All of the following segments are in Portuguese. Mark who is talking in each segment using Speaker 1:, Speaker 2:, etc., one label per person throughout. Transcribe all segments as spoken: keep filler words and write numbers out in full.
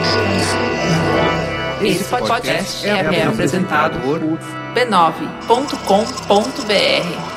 Speaker 1: Esse podcast é, é apresentado por b nove ponto com ponto b r.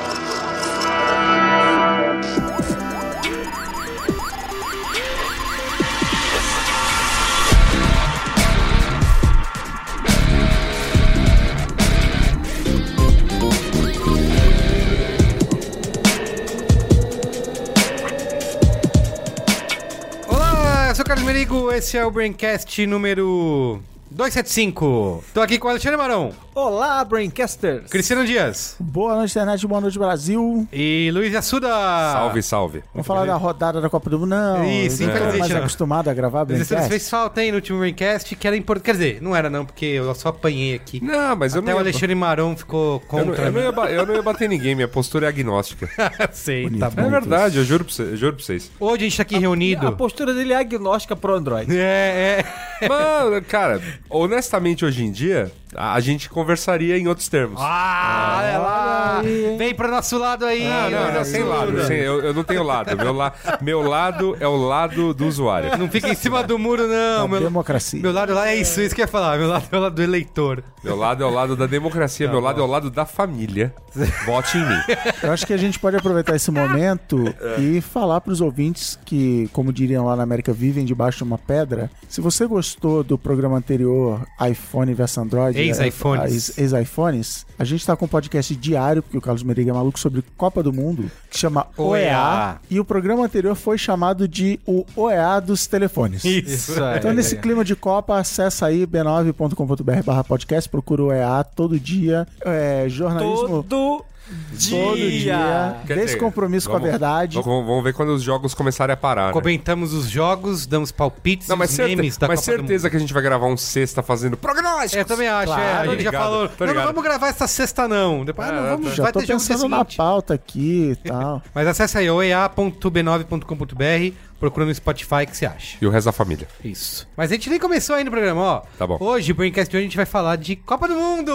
Speaker 2: Eu sou o Carlos Merigo, esse é o Braincast número duzentos e setenta e cinco. Tô aqui com o Alexandre Marão.
Speaker 3: Olá, Braincasters.
Speaker 2: Cristiano Dias.
Speaker 4: Boa noite, internet, boa noite, Brasil.
Speaker 2: E Luiz Assuda.
Speaker 5: Salve, salve.
Speaker 4: Vamos Muito falar bem. da rodada da Copa do Mundo, não.
Speaker 2: Isso,
Speaker 4: eu
Speaker 2: infelizmente.
Speaker 4: Tô mais acostumado a gravar Braincast.
Speaker 2: Você fez falta aí no último Braincast, que era importante. Quer dizer, não era não, porque eu só apanhei aqui.
Speaker 5: Não, mas
Speaker 2: Até
Speaker 5: eu não
Speaker 2: o
Speaker 5: ia...
Speaker 2: Alexandre Marão ficou contra.
Speaker 5: Eu não, eu, não ia ba... eu não ia bater ninguém, minha postura é agnóstica.
Speaker 2: Sei,
Speaker 4: Bonito,
Speaker 2: tá bom.
Speaker 5: É verdade, eu juro pra, você, eu juro pra vocês.
Speaker 2: Hoje a gente tá aqui reunido.
Speaker 3: A postura dele é agnóstica pro Android.
Speaker 2: É, é.
Speaker 5: Mano, cara, honestamente, hoje em dia, a gente conversaria em outros termos.
Speaker 2: Ah, olha lá.
Speaker 4: aí.
Speaker 2: Vem pro nosso lado aí.
Speaker 5: Não, não, não, sem lado. Sem, eu, eu não tenho lado. Meu, la, meu lado é o lado do usuário.
Speaker 2: Não fica em cima do muro, não.
Speaker 4: Da democracia.
Speaker 2: Meu lado lá é isso, isso que eu ia falar. Meu lado é o lado do eleitor.
Speaker 5: Meu lado é o lado da democracia,
Speaker 2: Tá
Speaker 5: meu
Speaker 2: bom.
Speaker 5: lado é o lado da família. Vote em mim.
Speaker 4: Eu acho que a gente pode aproveitar esse momento e falar pros ouvintes que, como diriam lá na América, vivem debaixo de uma pedra. Se você gostou do programa anterior, iPhone versus Android,
Speaker 2: Ex-iPhones.
Speaker 4: é, ex-iPhones, a gente tá com um podcast diário, porque o Carlos Meriga é maluco, sobre Copa do Mundo, que chama O E A. E o programa anterior foi chamado de o O E A dos telefones.
Speaker 2: Isso.
Speaker 4: Então, nesse clima de Copa, acessa aí b nove ponto com ponto b r barra podcast, procura o E A todo dia. É, jornalismo...
Speaker 3: Todo dia.
Speaker 4: Todo dia.
Speaker 5: Quer
Speaker 4: Desse
Speaker 5: dizer,
Speaker 4: compromisso com a
Speaker 5: vamos-
Speaker 4: verdade.
Speaker 5: Vamos, vamos ver quando os jogos começarem a parar, né?
Speaker 2: Comentamos os jogos, damos palpites,
Speaker 5: Não, mas,
Speaker 2: os
Speaker 5: certe...
Speaker 2: memes da
Speaker 5: mas
Speaker 2: Copa do
Speaker 5: certeza que a gente vai gravar um sexta fazendo prognósticos.
Speaker 2: Mundo. Eu também acho,
Speaker 4: Claro,
Speaker 2: é. A
Speaker 4: tô
Speaker 2: gente já
Speaker 5: ligado,
Speaker 2: falou,
Speaker 5: tô
Speaker 2: não, não
Speaker 5: ligado.
Speaker 2: vamos gravar essa sexta não. Depois, ah, não,
Speaker 5: É,
Speaker 2: vamos,
Speaker 4: Já
Speaker 2: vai
Speaker 4: tô
Speaker 2: ter jogo dia
Speaker 4: pensando na
Speaker 2: seguinte.
Speaker 4: pauta aqui e tal.
Speaker 2: Mas acessa aí, o e a ponto b nove ponto com ponto b r, procura no Spotify que você acha.
Speaker 5: E o resto da família.
Speaker 2: Isso. Mas a gente nem começou ainda o programa, ó.
Speaker 5: Tá bom.
Speaker 2: Hoje, o Braincast de hoje, a gente vai falar de Copa do Mundo.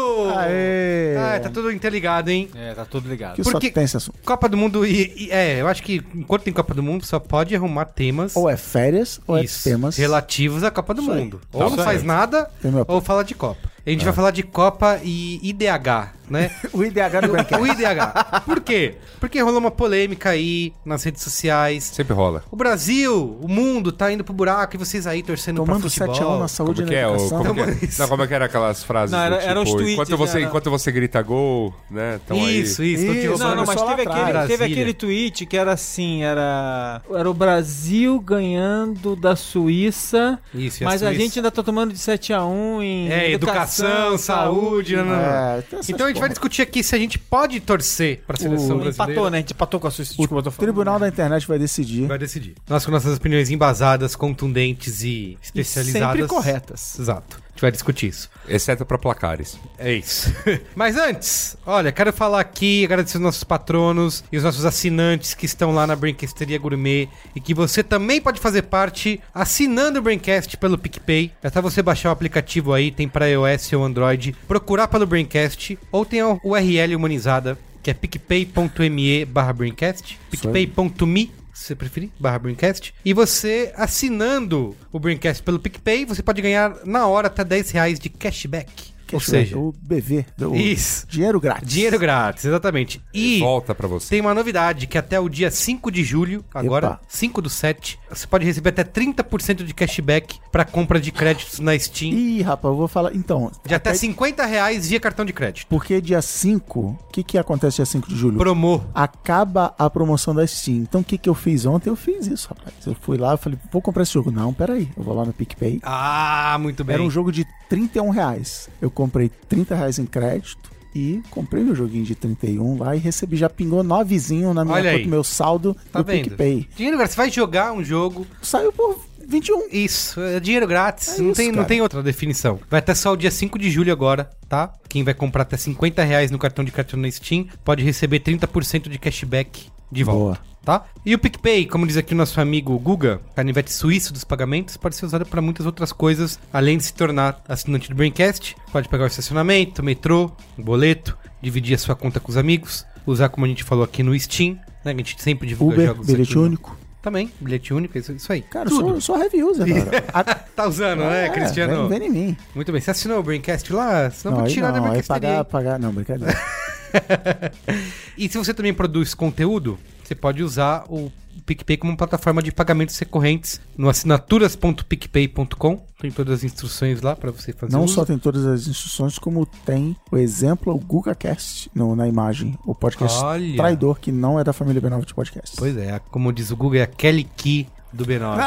Speaker 4: Aê!
Speaker 2: Ah, tá tudo interligado, hein?
Speaker 3: É, tá tudo ligado.
Speaker 4: Que
Speaker 2: Porque-
Speaker 4: só tem esse assunto.
Speaker 2: Copa do Mundo e, e- é, eu acho que enquanto tem Copa do Mundo, só pode arrumar temas
Speaker 4: Ou é férias, ou
Speaker 2: isso,
Speaker 4: é temas.
Speaker 2: relativos à Copa do
Speaker 4: Isso aí.
Speaker 2: Mundo.
Speaker 5: Tá
Speaker 2: Ou não
Speaker 5: certo.
Speaker 2: faz nada,
Speaker 4: Tem meu-
Speaker 2: ou fala de Copa. A gente vai falar de Copa e I D H, né?
Speaker 4: O I D H do Braincast.
Speaker 2: O I D H. Por quê? Porque rolou uma polêmica aí nas redes sociais.
Speaker 5: Sempre rola.
Speaker 2: O Brasil, o mundo tá indo pro buraco e vocês aí torcendo
Speaker 4: Tomando
Speaker 2: pra futebol.
Speaker 4: sete a um na saúde
Speaker 5: Como
Speaker 4: e
Speaker 5: que
Speaker 4: na
Speaker 5: é? O,
Speaker 4: educação.
Speaker 5: como, que
Speaker 2: Tomando
Speaker 5: é?
Speaker 2: isso.
Speaker 5: Não, como é que era aquelas frases?
Speaker 3: Não, era-
Speaker 5: do tipo,
Speaker 3: eram os tweets,
Speaker 5: enquanto você,
Speaker 3: era-
Speaker 5: enquanto você grita gol, né? Tão
Speaker 2: Isso,
Speaker 5: aí.
Speaker 2: isso. tô te
Speaker 4: Isso.
Speaker 2: roubando.
Speaker 3: Não, não, mas
Speaker 4: Começou lá
Speaker 3: teve aquele,
Speaker 4: atrás.
Speaker 3: teve
Speaker 2: Brasília.
Speaker 3: aquele tweet que era assim, era... Era o Brasil ganhando da Suíça,
Speaker 2: Isso, e
Speaker 3: mas a
Speaker 2: Suíça?
Speaker 3: gente ainda tá tomando de sete a um em
Speaker 2: É, educação, saúde, não, não, não.
Speaker 4: É, tem essas
Speaker 2: Então a gente vai
Speaker 4: porra.
Speaker 2: discutir aqui se a gente pode torcer pra seleção
Speaker 4: O-
Speaker 2: brasileira.
Speaker 3: Empatou, né? A gente empatou com a Suíça. Desculpa, eu tô
Speaker 4: O
Speaker 3: falando.
Speaker 4: Tribunal da Internet vai decidir.
Speaker 2: Vai decidir. Nós com nossas opiniões embasadas, contundentes e especializadas.
Speaker 3: sempre corretas.
Speaker 2: Exato. A gente vai discutir isso.
Speaker 5: Exceto pra placares.
Speaker 2: É isso. Mas antes, olha, quero falar aqui, agradecer os nossos patronos e os nossos assinantes que estão lá na Braincasteria Gourmet e que você também pode fazer parte assinando o Braincast pelo PicPay. É só você baixar o aplicativo aí, tem para iOS ou Android, procurar pelo Braincast ou tem a U R L humanizada, que é picpay.me barra Braincast, picpay.me se você preferir, barra Braincast. E você, assinando o Braincast pelo PicPay, você pode ganhar na hora até dez reais de cashback. Ou seja,
Speaker 4: o B V. O
Speaker 2: Isso.
Speaker 4: Dinheiro grátis.
Speaker 2: dinheiro grátis, exatamente. E
Speaker 5: Volta pra você.
Speaker 2: tem uma novidade, que até o dia cinco de julho, agora,
Speaker 4: Epa.
Speaker 2: cinco do sete, você pode receber até trinta por cento de cashback para compra de créditos na Steam.
Speaker 4: Ih, rapaz, eu vou falar. Então.
Speaker 2: De até cinquenta reais via cartão de crédito.
Speaker 4: Porque dia cinco, o que, que acontece dia cinco de julho?
Speaker 2: Promo.
Speaker 4: Acaba a promoção da Steam. Então o que, que eu fiz ontem? Eu fiz isso, rapaz. Eu fui lá e falei, vou comprar esse jogo. Não, peraí. Eu vou lá no PicPay.
Speaker 2: Ah, muito bem.
Speaker 4: Era um jogo de trinta e um reais. Eu comprei trinta reais em crédito e comprei meu joguinho de trinta e um lá e recebi, já pingou novezinho na minha
Speaker 2: Olha aí.
Speaker 4: conta, meu saldo
Speaker 2: Tá
Speaker 4: do
Speaker 2: vendo?
Speaker 4: PicPay.
Speaker 2: Dinheiro grátis. Você vai jogar um jogo.
Speaker 4: Saiu por vinte e um.
Speaker 2: Isso, é dinheiro grátis.
Speaker 4: É
Speaker 2: não,
Speaker 4: isso,
Speaker 2: tem, não
Speaker 4: cara.
Speaker 2: tem outra definição. Vai até só o dia cinco de julho agora, tá? Quem vai comprar até cinquenta reais no cartão de crédito na Steam pode receber trinta por cento de cashback de volta.
Speaker 4: Boa.
Speaker 2: Tá? E o PicPay, como diz aqui o nosso amigo Guga, canivete suíço dos pagamentos, pode ser usado para muitas outras coisas, além de se tornar assinante do Braincast. Pode pagar o estacionamento, metrô, o boleto, dividir a sua conta com os amigos, usar, como a gente falou aqui no Steam, né? A gente sempre divulga
Speaker 4: Uber,
Speaker 2: jogos
Speaker 4: bilhete
Speaker 2: aqui no-
Speaker 4: único.
Speaker 2: Também, bilhete único, isso, isso aí.
Speaker 4: Cara, eu sou, eu sou reviews agora. A-
Speaker 2: Tá usando, né,
Speaker 4: É,
Speaker 2: Cristiano?
Speaker 4: Vem, vem em mim.
Speaker 2: Muito bem. Você assinou o Braincast lá? Senão eu vou
Speaker 4: aí
Speaker 2: tirar da
Speaker 4: não, aí
Speaker 2: Braincasteria.
Speaker 4: pagar, pagar, não, brincadeira.
Speaker 2: E se você também produz conteúdo, você pode usar o PicPay como plataforma de pagamentos recorrentes no assinaturas ponto picpay ponto com. Tem todas as instruções lá para você fazer
Speaker 4: Não
Speaker 2: uso.
Speaker 4: só tem todas as instruções, como tem o exemplo, o GugaCast no, na imagem. O podcast
Speaker 2: Olha.
Speaker 4: traidor, que não é da família B nove de podcast.
Speaker 2: Pois é, a- como diz o Google, é a Kelly Key do B nove.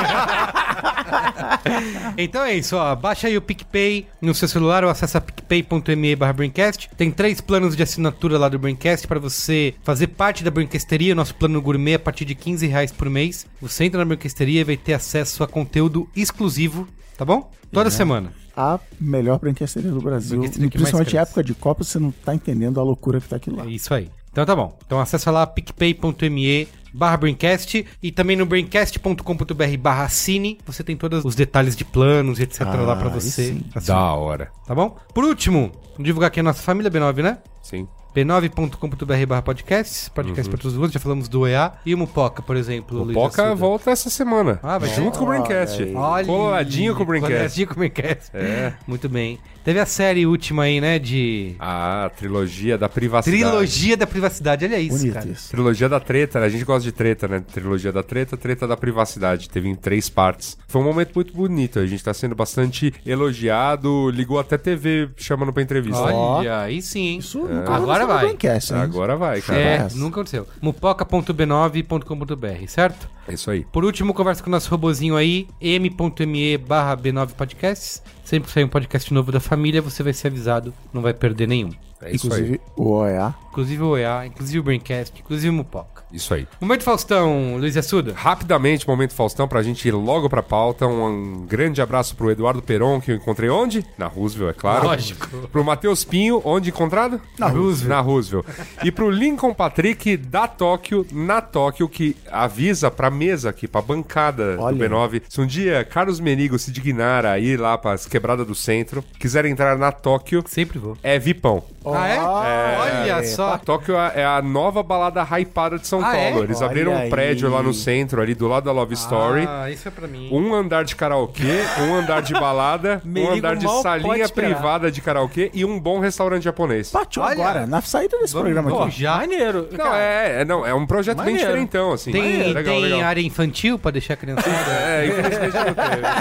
Speaker 2: Então é isso, ó. Baixa aí o PicPay no seu celular ou acessa picpay.me barra Braincast. Tem três planos de assinatura lá do Braincast para você fazer parte da Braincasteria. Nosso plano gourmet a partir de quinze reais por mês. Você entra na Braincasteria e vai ter acesso a conteúdo exclusivo, tá bom? Toda semana.
Speaker 4: A melhor brinquedaria do Brasil.
Speaker 2: Brinquedaria
Speaker 4: E
Speaker 2: que mais
Speaker 4: principalmente em
Speaker 2: cresce.
Speaker 4: época de Copa, você não tá entendendo a loucura que tá aquilo lá.
Speaker 2: É isso aí. Então tá bom. Então acessa lá picpay.me barra Braincast e também no braincast.com.br barra assine. Você tem todos os detalhes de planos e etc
Speaker 4: Ah,
Speaker 2: lá pra
Speaker 4: aí
Speaker 2: você
Speaker 4: sim.
Speaker 2: assinar,
Speaker 5: Da hora.
Speaker 2: tá bom? Por último, vamos divulgar aqui a nossa família B nove, né?
Speaker 5: Sim.
Speaker 2: b nove ponto com ponto b r barra podcasts, podcast para todos os gostos, já falamos do E A. E o Mupoca, por exemplo.
Speaker 5: O
Speaker 2: Luiz
Speaker 5: Poca
Speaker 2: Assuda.
Speaker 5: volta essa semana.
Speaker 2: Ah, vai
Speaker 5: junto
Speaker 2: ter?
Speaker 5: com o Braincast.
Speaker 4: Olha aí.
Speaker 2: Olha,
Speaker 5: Coladinho com o Braincast.
Speaker 2: Coladinho com o Braincast.
Speaker 5: É.
Speaker 2: Muito bem. Teve a série última aí, né, de...
Speaker 5: A trilogia da privacidade.
Speaker 2: Trilogia da Privacidade, olha isso,
Speaker 4: Bonito
Speaker 2: cara.
Speaker 4: isso.
Speaker 5: Trilogia da treta, né? A gente gosta de treta, né? Trilogia da treta, treta da privacidade. Teve em três partes. Foi um momento muito bonito. A gente tá sendo bastante elogiado. Ligou até T V chamando pra entrevista.
Speaker 2: Olha, aí sim, hein?
Speaker 4: Isso nunca
Speaker 2: Agora
Speaker 4: aconteceu no
Speaker 2: vai.
Speaker 4: Braincast, hein?
Speaker 5: Agora vai, cara.
Speaker 2: É,
Speaker 4: Essa.
Speaker 2: nunca aconteceu. mupoca ponto b nove ponto com ponto b r, certo?
Speaker 5: É isso aí.
Speaker 2: Por último, conversa com o nosso robozinho aí, m.me barra B nove podcasts. Sempre que sair um podcast novo da família, você vai ser avisado, não vai perder nenhum.
Speaker 5: É isso aí.
Speaker 4: Inclusive, o O E A.
Speaker 2: Inclusive o E A, inclusive o Braincast, inclusive o Mupoca.
Speaker 5: Isso aí.
Speaker 2: Momento Faustão, Luiz Assuda.
Speaker 5: Rapidamente, momento Faustão, pra gente ir logo pra pauta. Um grande abraço pro Eduardo Peron, que eu encontrei onde? Na Roosevelt, é claro.
Speaker 2: Lógico.
Speaker 5: Pro Matheus Pinho, onde encontrado?
Speaker 4: Na Roosevelt.
Speaker 5: Na Roosevelt. E pro Lincoln Patrick, da Tóquio, na Tóquio, que avisa pra mesa aqui, pra bancada
Speaker 4: Olha.
Speaker 5: do B nove, se um dia Carlos Menigo se dignar a ir lá pras quebradas do centro, quiser entrar na Tóquio,
Speaker 2: Sempre vou.
Speaker 5: é Vipão.
Speaker 2: Ah, é? Olha
Speaker 5: A
Speaker 2: só.
Speaker 5: Tóquio é a nova balada hypada de São
Speaker 2: Ah,
Speaker 5: Paulo.
Speaker 2: é?
Speaker 5: Eles
Speaker 4: Olha
Speaker 5: abriram um
Speaker 4: aí.
Speaker 5: prédio lá no centro, ali do lado da Love Story.
Speaker 2: Ah, isso é pra mim.
Speaker 5: Um andar de karaokê, um andar de balada, um
Speaker 3: Merigo
Speaker 5: andar de
Speaker 3: mal pode
Speaker 5: salinha
Speaker 3: esperar.
Speaker 5: privada de karaokê e um bom restaurante japonês.
Speaker 4: Partiu
Speaker 2: Olha.
Speaker 4: agora, na saída desse programa
Speaker 2: Ó,
Speaker 4: aqui.
Speaker 2: já
Speaker 3: Maneiro.
Speaker 5: Não, é, é, não, é um projeto bem
Speaker 3: Maneiro.
Speaker 5: diferentão, assim.
Speaker 2: tem,
Speaker 5: legal,
Speaker 2: tem
Speaker 5: legal.
Speaker 2: área infantil pra deixar a criançada?
Speaker 5: É, infelizmente não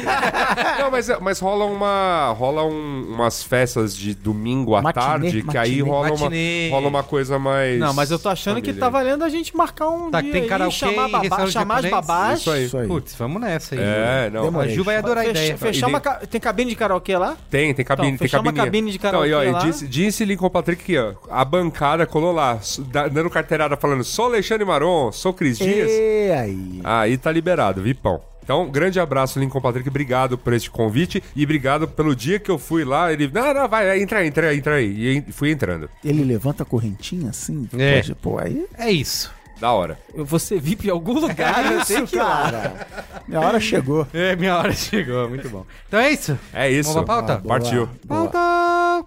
Speaker 5: teve. Não, mas, mas rola uma. Rola um- umas festas de domingo à
Speaker 4: Matinê,
Speaker 5: tarde, que aí
Speaker 4: matinê.
Speaker 5: rola uma,
Speaker 2: Matinê.
Speaker 5: rola uma coisa mais.
Speaker 3: Não, mas eu tô achando que
Speaker 5: família.
Speaker 3: tá valendo a gente marcar um
Speaker 2: Tá,
Speaker 3: dia
Speaker 2: tem
Speaker 3: aí,
Speaker 2: karaokê
Speaker 3: chamar,
Speaker 2: e
Speaker 3: babá,
Speaker 2: restaurante
Speaker 3: chamar as
Speaker 2: japonês?
Speaker 3: babás.
Speaker 5: Isso aí.
Speaker 4: Isso aí.
Speaker 2: Putz, vamos nessa aí.
Speaker 5: É, não.
Speaker 2: A
Speaker 4: Demorei.
Speaker 2: Ju vai adorar a
Speaker 3: Fecha-
Speaker 2: ideia.
Speaker 3: Fechar
Speaker 5: E
Speaker 3: uma
Speaker 5: tem-
Speaker 3: ca- Tem cabine de karaokê lá?
Speaker 5: Tem, tem cabine,
Speaker 3: Então,
Speaker 5: tem
Speaker 3: fechar uma
Speaker 5: cabininha.
Speaker 3: cabine de
Speaker 5: Não, e, ó,
Speaker 3: karaokê
Speaker 5: e
Speaker 3: lá.
Speaker 5: disse, disse Lincoln Patrick que ó, a bancada colou lá, s- da- dando carteirada falando, sou Alexandre Maron, sou Cris Dias.
Speaker 4: E aí?
Speaker 5: Aí tá liberado, Vipão. Então, grande abraço, Lincoln Patrick. Obrigado por este convite e obrigado pelo dia que eu fui lá. Ele, não, não, vai, entra aí, entra aí, entra aí. E en- fui entrando.
Speaker 4: Ele levanta a correntinha assim?
Speaker 2: É.
Speaker 4: Pode, pô, aí...
Speaker 2: É isso.
Speaker 5: Da hora.
Speaker 3: Eu vou ser V I P em algum lugar. eu tenho
Speaker 4: Isso,
Speaker 3: que ir lá.
Speaker 4: cara. Minha hora chegou.
Speaker 2: É, minha hora chegou, muito bom. Então é isso.
Speaker 5: É isso.
Speaker 2: Vamos pra pauta?
Speaker 4: Ah, boa,
Speaker 5: Partiu.
Speaker 4: boa.
Speaker 2: Pauta!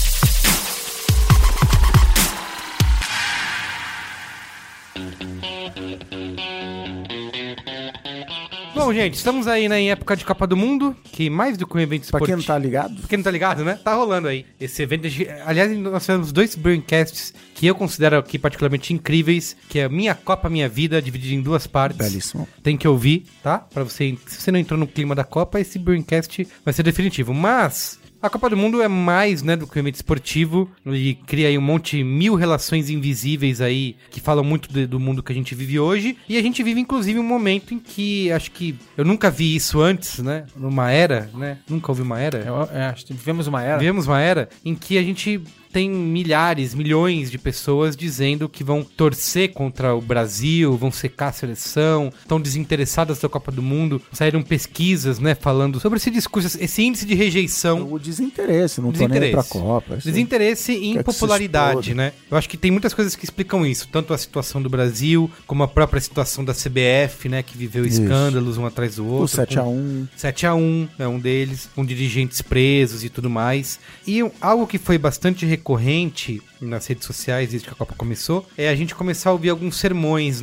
Speaker 2: Bom, gente, estamos aí, né, em época de Copa do Mundo, que mais do que um evento
Speaker 4: Pra quem
Speaker 2: esportivo...
Speaker 4: não tá ligado,
Speaker 2: Pra quem não tá ligado, né? Tá rolando aí. Esse evento. Aliás, nós fizemos dois Braincasts que eu considero aqui particularmente incríveis, que é Minha Copa, Minha Vida, dividido em duas partes.
Speaker 4: belíssimo.
Speaker 2: Tem que ouvir, tá? Pra você. Se você não entrou no clima da Copa, esse Braincast vai ser definitivo. Mas a Copa do Mundo é mais, né, do que um evento esportivo. E cria aí um monte, mil relações invisíveis aí, que falam muito de- do mundo que a gente vive hoje. E a gente vive, inclusive, um momento em que acho que eu nunca vi isso antes, né? Numa era, né? Nunca ouvi uma era.
Speaker 3: Eu- é, acho que vivemos uma era.
Speaker 2: Vivemos uma era em que a gente tem milhares, milhões de pessoas dizendo que vão torcer contra o Brasil, vão secar a seleção, estão desinteressadas da Copa do Mundo. Saíram pesquisas, né, falando sobre esse discurso, esse índice de rejeição.
Speaker 4: O desinteresse, não tô nem aí pra Copa. isso-
Speaker 2: Desinteresse em
Speaker 4: Quer que se
Speaker 2: popularidade,
Speaker 4: exploda.
Speaker 2: né? Eu acho que tem muitas coisas que explicam isso. Tanto a situação do Brasil, como a própria situação da C B F, né? Que viveu
Speaker 4: Isso.
Speaker 2: escândalos um atrás do outro.
Speaker 4: O sete a um.
Speaker 2: sete a um é um deles, com dirigentes presos e tudo mais. E um- algo que foi bastante recorrente nas redes sociais desde que a Copa começou é a gente começar a ouvir alguns sermões, né?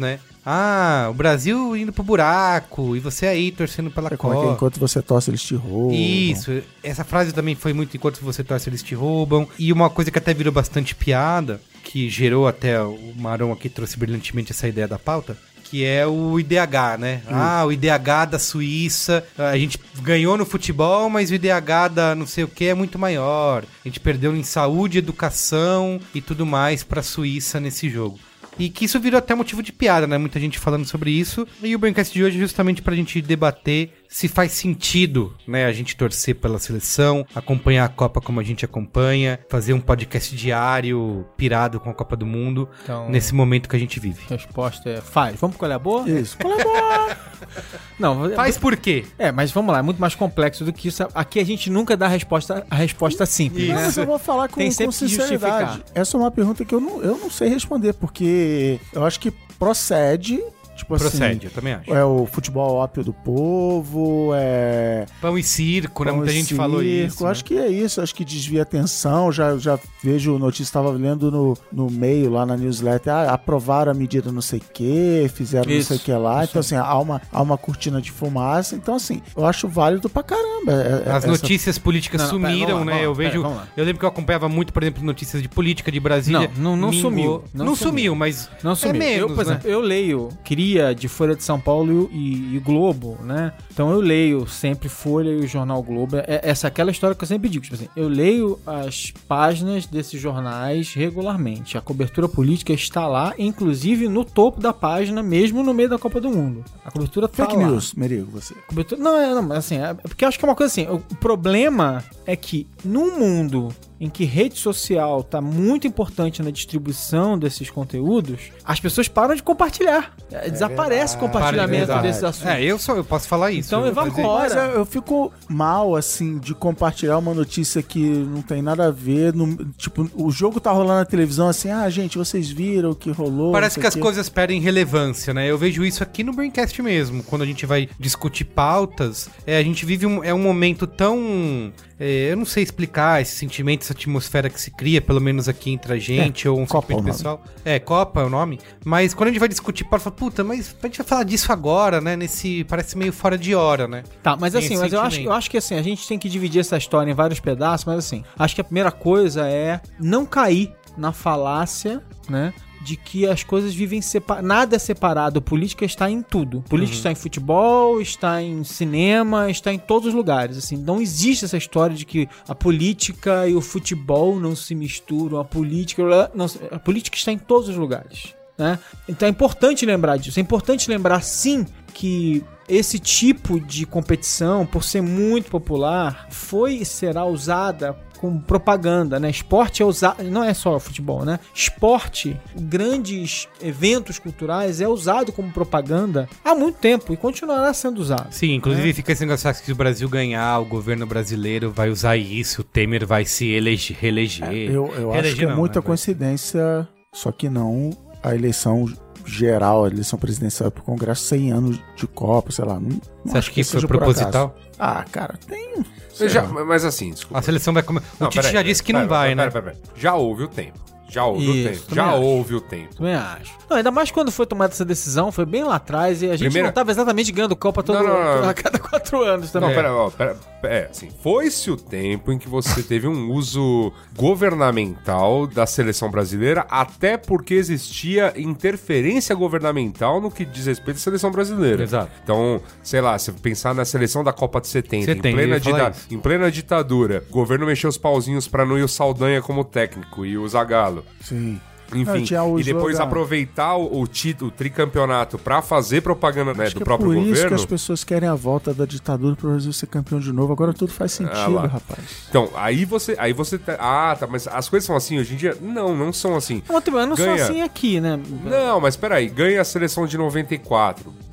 Speaker 2: Ah, o Brasil indo pro buraco e você aí torcendo pela
Speaker 4: É como é que
Speaker 2: Copa.
Speaker 4: enquanto você torce, eles te roubam.
Speaker 2: Isso, essa frase também foi muito enquanto você torce, eles te roubam. E uma coisa que até virou bastante piada, que gerou até o Maron aqui, trouxe brilhantemente essa ideia da pauta, que é o I D H, né? Hum. Ah, o I D H da Suíça, a gente ganhou no futebol, mas o I D H da não sei o que é muito maior. A gente perdeu em saúde, educação e tudo mais pra Suíça nesse jogo. E que isso virou até motivo de piada, né? Muita gente falando sobre isso. E o Braincast de hoje é justamente pra gente debater se faz sentido, né, a gente torcer pela seleção, acompanhar a Copa como a gente acompanha, fazer um podcast diário pirado com a Copa do Mundo, então, nesse momento que a gente vive.
Speaker 3: A resposta é faz. Vamos pro Qual é a Boa?
Speaker 4: Isso, Qual é a Boa?
Speaker 3: Não,
Speaker 2: faz por quê?
Speaker 3: É, mas vamos lá, é muito mais complexo do que isso. Aqui a gente nunca dá a resposta, a resposta simples,
Speaker 4: Não,
Speaker 3: né?
Speaker 4: mas eu vou falar com,
Speaker 3: Tem
Speaker 4: com
Speaker 3: sempre que
Speaker 4: sinceridade.
Speaker 3: justificar.
Speaker 4: Essa é uma pergunta que eu não, eu não sei responder, porque eu acho que procede... Tipo
Speaker 2: Procede,
Speaker 4: assim,
Speaker 2: eu também acho.
Speaker 4: É o futebol ópio do povo, é...
Speaker 2: Pão e circo, né?
Speaker 4: Pão
Speaker 2: Muita
Speaker 4: e
Speaker 2: gente
Speaker 4: circo.
Speaker 2: falou isso.
Speaker 4: Acho
Speaker 2: né?
Speaker 4: que é isso, acho que desvia atenção. Já, já vejo notícia, estava lendo no, no meio, lá na newsletter, ah, aprovaram a medida não sei o que, fizeram
Speaker 3: Isso,
Speaker 4: não sei o que lá.
Speaker 3: isso.
Speaker 4: Então, assim, há uma, há uma cortina de fumaça. Então, assim, eu acho válido pra caramba. é- é-
Speaker 2: As
Speaker 4: essa-
Speaker 2: notícias políticas
Speaker 3: Não, não, pera,
Speaker 2: sumiram,
Speaker 3: vamos lá,
Speaker 2: né?
Speaker 3: vamos lá,
Speaker 2: eu
Speaker 3: pera,
Speaker 2: vejo.
Speaker 3: vamos lá.
Speaker 2: Eu lembro que eu acompanhava muito, por exemplo, notícias de política de Brasília.
Speaker 3: Não, não- não
Speaker 2: Mingou.
Speaker 3: sumiu,
Speaker 2: Não,
Speaker 3: não
Speaker 2: sumiu,
Speaker 3: sumiu.
Speaker 2: mas.
Speaker 3: Não sumiu.
Speaker 2: É menos,
Speaker 3: eu, por
Speaker 2: né?
Speaker 3: exemplo, eu leio cria de Folha de São Paulo e, e Globo, né? Então eu leio sempre Folha e o Jornal Globo. É, essa é aquela história que eu sempre digo. Tipo assim, eu leio as páginas desses jornais regularmente. A cobertura política está lá, inclusive no topo da página, mesmo no meio da Copa do Mundo. A cobertura tá
Speaker 4: Fake
Speaker 3: lá.
Speaker 4: news, Merigo, você.
Speaker 3: Cobertura... Não, é, não, mas assim, é porque eu acho que é uma coisa assim, o problema é que num mundo em que rede social tá muito importante na distribuição desses conteúdos, as pessoas param de compartilhar. É, desaparece o compartilhamento
Speaker 2: Para de-
Speaker 3: desses assuntos.
Speaker 2: É, eu só eu posso falar isso.
Speaker 3: Então
Speaker 2: eu,
Speaker 3: evapora.
Speaker 4: Mas eu, eu fico mal, assim, de compartilhar uma notícia que não tem nada a ver. no- tipo, o jogo tá rolando na televisão, assim, ah, gente, vocês viram o que rolou?
Speaker 2: Parece
Speaker 4: não sei
Speaker 2: que as
Speaker 4: o quê.
Speaker 2: coisas perdem relevância, né? Eu vejo isso aqui no Braincast mesmo. Quando a gente vai discutir pautas, é, a gente vive um, é um momento tão... é, eu não sei explicar esse sentimento, essa atmosfera que se cria, pelo menos aqui entre a gente,
Speaker 4: É,
Speaker 2: ou um
Speaker 4: Copa
Speaker 2: sentimento
Speaker 4: é o nome.
Speaker 2: pessoal. É, Copa é o nome. Mas quando a gente vai discutir pauta, fala, puta, mas a gente vai falar disso agora, né? Nesse... Parece meio fora de hora, né?
Speaker 3: Tá, mas
Speaker 2: Tem
Speaker 3: assim,
Speaker 2: esse
Speaker 3: mas eu acho,
Speaker 2: sentimento.
Speaker 3: eu acho que assim, a gente tem que dividir essa história em vários pedaços, mas assim, acho que a primeira coisa é não cair na falácia, né? De que as coisas vivem separadas. Nada é separado. Política está em tudo. Política está em futebol, está em cinema, está em todos os lugares. Assim, não existe essa história de que a política e o futebol não se misturam. A política. Não, a política está em todos os lugares. Né? Então é importante lembrar disso. É importante lembrar, sim, que esse tipo de competição, por ser muito popular, foi e será usada como propaganda, né? Esporte é usado, não é só futebol, né? Esporte, grandes eventos culturais é usado como propaganda há muito tempo e continuará sendo usado.
Speaker 2: Sim, inclusive fica esse negócio que se o Brasil ganhar, o governo brasileiro vai usar isso, o Temer vai se eleger, reeleger.
Speaker 4: Eu, eu acho
Speaker 2: Reeleger
Speaker 4: que é
Speaker 2: não,
Speaker 4: muita
Speaker 2: né?
Speaker 4: coincidência, só que não a eleição geral, a eleição presidencial pro Congresso, cem anos de Copa, sei lá. Não, não
Speaker 2: Você acha
Speaker 4: acho
Speaker 2: que isso foi
Speaker 4: seja por
Speaker 2: proposital?
Speaker 4: acaso. Ah, cara, tem...
Speaker 5: Eu
Speaker 4: sei
Speaker 5: já,
Speaker 4: lá.
Speaker 5: mas assim, desculpa.
Speaker 2: A seleção vai comer. O
Speaker 5: Não,
Speaker 2: Tite
Speaker 5: peraí,
Speaker 2: já disse que
Speaker 5: peraí,
Speaker 2: não vai,
Speaker 5: peraí,
Speaker 2: né?
Speaker 5: peraí, peraí, peraí. Já houve o tempo. Já houve
Speaker 3: Isso,
Speaker 5: o tempo.
Speaker 3: também
Speaker 5: Já
Speaker 3: acho.
Speaker 5: houve o tempo.
Speaker 3: Também acho. Não, ainda mais quando foi tomada essa decisão, foi bem lá atrás e a gente
Speaker 5: Primeira-
Speaker 3: não estava exatamente ganhando Copa todo,
Speaker 5: Não, não, não.
Speaker 3: a cada quatro anos também.
Speaker 5: Não, pera, ó, pera, é, assim, foi-se o tempo em que você teve um uso governamental da seleção brasileira, até porque existia interferência governamental no que diz respeito à seleção brasileira.
Speaker 2: Exato.
Speaker 5: Então, sei lá, se pensar na seleção da Copa de setenta,
Speaker 2: setenta,
Speaker 5: em, plena
Speaker 2: eu ia falar
Speaker 5: dita-
Speaker 2: isso.
Speaker 5: em plena ditadura, o governo mexeu os pauzinhos pra não ir o Saldanha como técnico e o Zagallo.
Speaker 4: Sim.
Speaker 5: Enfim,
Speaker 4: Não, tinha o
Speaker 5: e depois
Speaker 4: slogan.
Speaker 5: aproveitar o, o, título, o tricampeonato pra fazer propaganda, né,
Speaker 4: Acho
Speaker 5: do
Speaker 4: que é
Speaker 5: próprio
Speaker 4: por isso
Speaker 5: governo.
Speaker 4: que as pessoas querem a volta da ditadura pro Brasil ser campeão de novo. Agora tudo faz
Speaker 5: Ah,
Speaker 4: sentido,
Speaker 5: lá.
Speaker 4: rapaz.
Speaker 5: Então, aí você, aí você tá, ah, tá, mas as coisas são assim hoje em dia? Não, não são assim.
Speaker 3: Não, eu não sou
Speaker 5: Ganha.
Speaker 3: assim aqui, né?
Speaker 5: Não, mas peraí, ganha a seleção de noventa e quatro.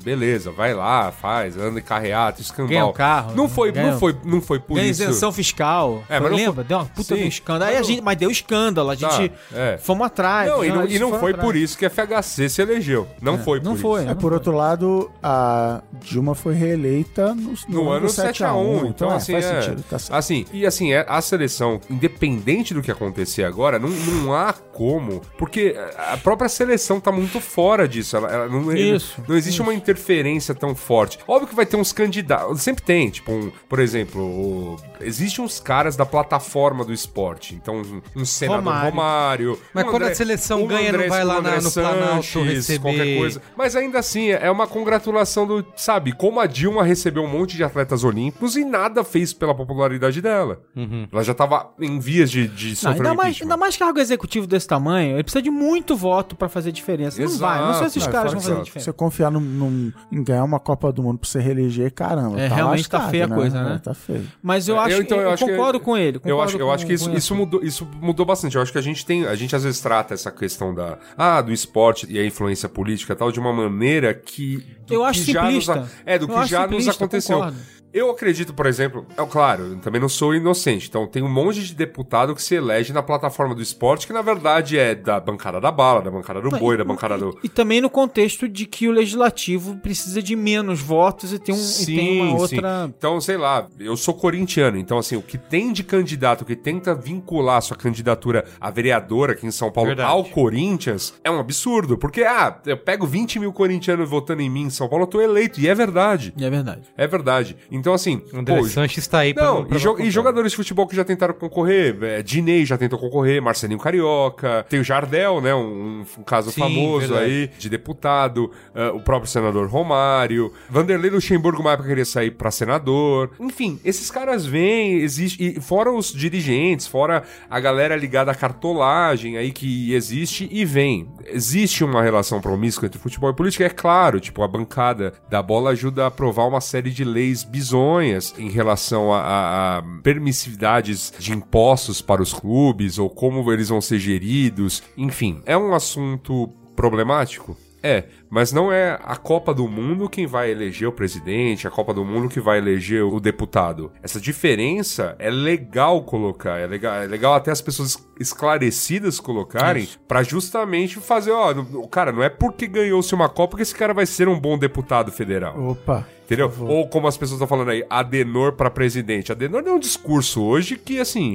Speaker 5: beleza, vai lá, faz, anda em carreata, escambau.
Speaker 3: Ganha um carro.
Speaker 5: Não foi,
Speaker 3: ganha,
Speaker 5: não foi, não foi por
Speaker 3: ganha
Speaker 5: isso.
Speaker 3: isenção fiscal.
Speaker 5: É, mas não
Speaker 3: lembra?
Speaker 5: foi-
Speaker 3: Deu uma puta
Speaker 5: Sim,
Speaker 3: de um escândalo. Aí
Speaker 5: mas
Speaker 3: a
Speaker 5: não-
Speaker 3: gente, mas deu escândalo, a gente
Speaker 5: Tá, é.
Speaker 3: fomos atrás.
Speaker 5: Não, e não, e
Speaker 3: jornalistas
Speaker 5: não
Speaker 3: foram
Speaker 5: foi
Speaker 3: atrás.
Speaker 5: por isso que a F H C se elegeu. Não foi por
Speaker 3: não
Speaker 5: isso.
Speaker 3: foi.
Speaker 4: É, por outro lado, a Dilma foi reeleita no,
Speaker 5: No ano sete a um, então
Speaker 4: é,
Speaker 5: assim,
Speaker 4: faz
Speaker 5: é,
Speaker 4: sentido, tá certo.
Speaker 5: assim, e assim, é, a seleção, independente do que acontecer agora, não, não há como, porque a própria seleção tá muito fora disso, ela, ela não,
Speaker 3: Isso,
Speaker 5: não existe
Speaker 3: isso.
Speaker 5: uma interferência tão forte. Óbvio que vai ter uns candidatos, sempre tem, tipo, um, por exemplo, o, existem uns caras da plataforma do esporte, então um, um senador
Speaker 3: Romário.
Speaker 5: Romário,
Speaker 2: Mas
Speaker 5: um
Speaker 2: quando
Speaker 5: André-
Speaker 2: a seleção
Speaker 5: um
Speaker 2: ganha, não
Speaker 5: André-
Speaker 2: vai lá
Speaker 5: um
Speaker 2: na-
Speaker 5: André
Speaker 2: no Planalto
Speaker 5: Sanches,
Speaker 2: receber-
Speaker 5: qualquer coisa. Mas ainda assim, é uma congratulação do, sabe, como a Dilma recebeu um monte de atletas olímpicos e nada fez pela popularidade dela. Ela já tava em vias de, de
Speaker 3: Não,
Speaker 5: sofrer
Speaker 3: ainda,
Speaker 5: um
Speaker 3: mais,
Speaker 5: impeachment.
Speaker 3: ainda mais cargo executivo desse tamanho, ele precisa de muito voto pra fazer diferença. Não
Speaker 5: Exato.
Speaker 3: vai, não sei se esses
Speaker 5: Não,
Speaker 3: caras
Speaker 5: fora
Speaker 3: vão
Speaker 5: que
Speaker 3: fazer
Speaker 5: exato.
Speaker 3: diferença.
Speaker 4: Você confiar num, num- em ganhar uma Copa do Mundo pra você reeleger, caramba.
Speaker 3: É,
Speaker 4: tá
Speaker 3: realmente tá
Speaker 4: lascado,
Speaker 3: feia a
Speaker 4: né?
Speaker 3: coisa, né?
Speaker 4: É, tá feio.
Speaker 3: Mas eu acho,
Speaker 5: então,
Speaker 3: eu,
Speaker 5: acho que-
Speaker 3: concordo com ele.
Speaker 5: Eu
Speaker 3: concordo
Speaker 5: acho, eu
Speaker 3: com-
Speaker 5: acho que isso,
Speaker 3: com
Speaker 5: isso, mudou, isso mudou bastante. Eu acho que a gente tem. A gente às vezes trata essa questão da. Ah, do esporte e a influência política e tal, de uma maneira que. do
Speaker 3: Eu
Speaker 5: que
Speaker 3: acho
Speaker 5: já nos,
Speaker 3: simplista.
Speaker 5: a- é, do
Speaker 3: Eu
Speaker 5: que
Speaker 3: acho
Speaker 5: já nos
Speaker 3: simplista,
Speaker 5: aconteceu.
Speaker 3: concordo.
Speaker 5: Eu acredito, por exemplo, é claro, eu também não sou inocente, então tem um monte de deputado que se elege na plataforma do esporte, que na verdade é da bancada da bala, da bancada do boi, da bancada do.
Speaker 3: E também no contexto de que o legislativo precisa de menos votos e tem, um, e tem uma outra.
Speaker 5: Sim. Então, sei lá, eu sou corintiano, então assim, o que tem de candidato que tenta vincular sua candidatura a vereadora aqui em São Paulo
Speaker 2: Verdade.
Speaker 5: ao Corinthians é um absurdo, porque, ah, eu pego vinte mil corintianos votando em mim em São Paulo, eu tô eleito, e é verdade.
Speaker 3: E é verdade.
Speaker 5: É verdade. Então, assim,
Speaker 2: André
Speaker 5: pô,
Speaker 2: Sanches tá aí pra
Speaker 5: não,
Speaker 2: pra
Speaker 5: e, jo-
Speaker 2: provar
Speaker 5: e jogadores de futebol que já tentaram concorrer, é, Diney já tentou concorrer, Marcelinho Carioca, tem o Jardel, né, um, um caso
Speaker 2: Sim,
Speaker 5: famoso
Speaker 2: verdade.
Speaker 5: aí, de deputado, uh, o próprio senador Romário, Vanderlei Luxemburgo, uma época queria sair pra senador, enfim, esses caras vêm, existe, e fora os dirigentes, fora a galera ligada à cartolagem aí que existe e vem. Existe uma relação promíscua entre futebol e política, é claro, tipo, a bancada da bola ajuda a aprovar uma série de leis bizonhas em relação a, a, a permissividades de impostos para os clubes ou como eles vão ser geridos, enfim, é um assunto problemático? É, mas não é a Copa do Mundo quem vai eleger o presidente, a Copa do Mundo que vai eleger o deputado. Essa diferença é legal colocar, é legal, é legal até as pessoas esclarecidas colocarem pra justamente fazer, ó, o cara, não é porque ganhou-se uma Copa que esse cara vai ser um bom deputado federal.
Speaker 4: Opa.
Speaker 5: Entendeu? Ou como as pessoas estão falando aí, Adenor pra presidente. Adenor deu um discurso hoje que, assim,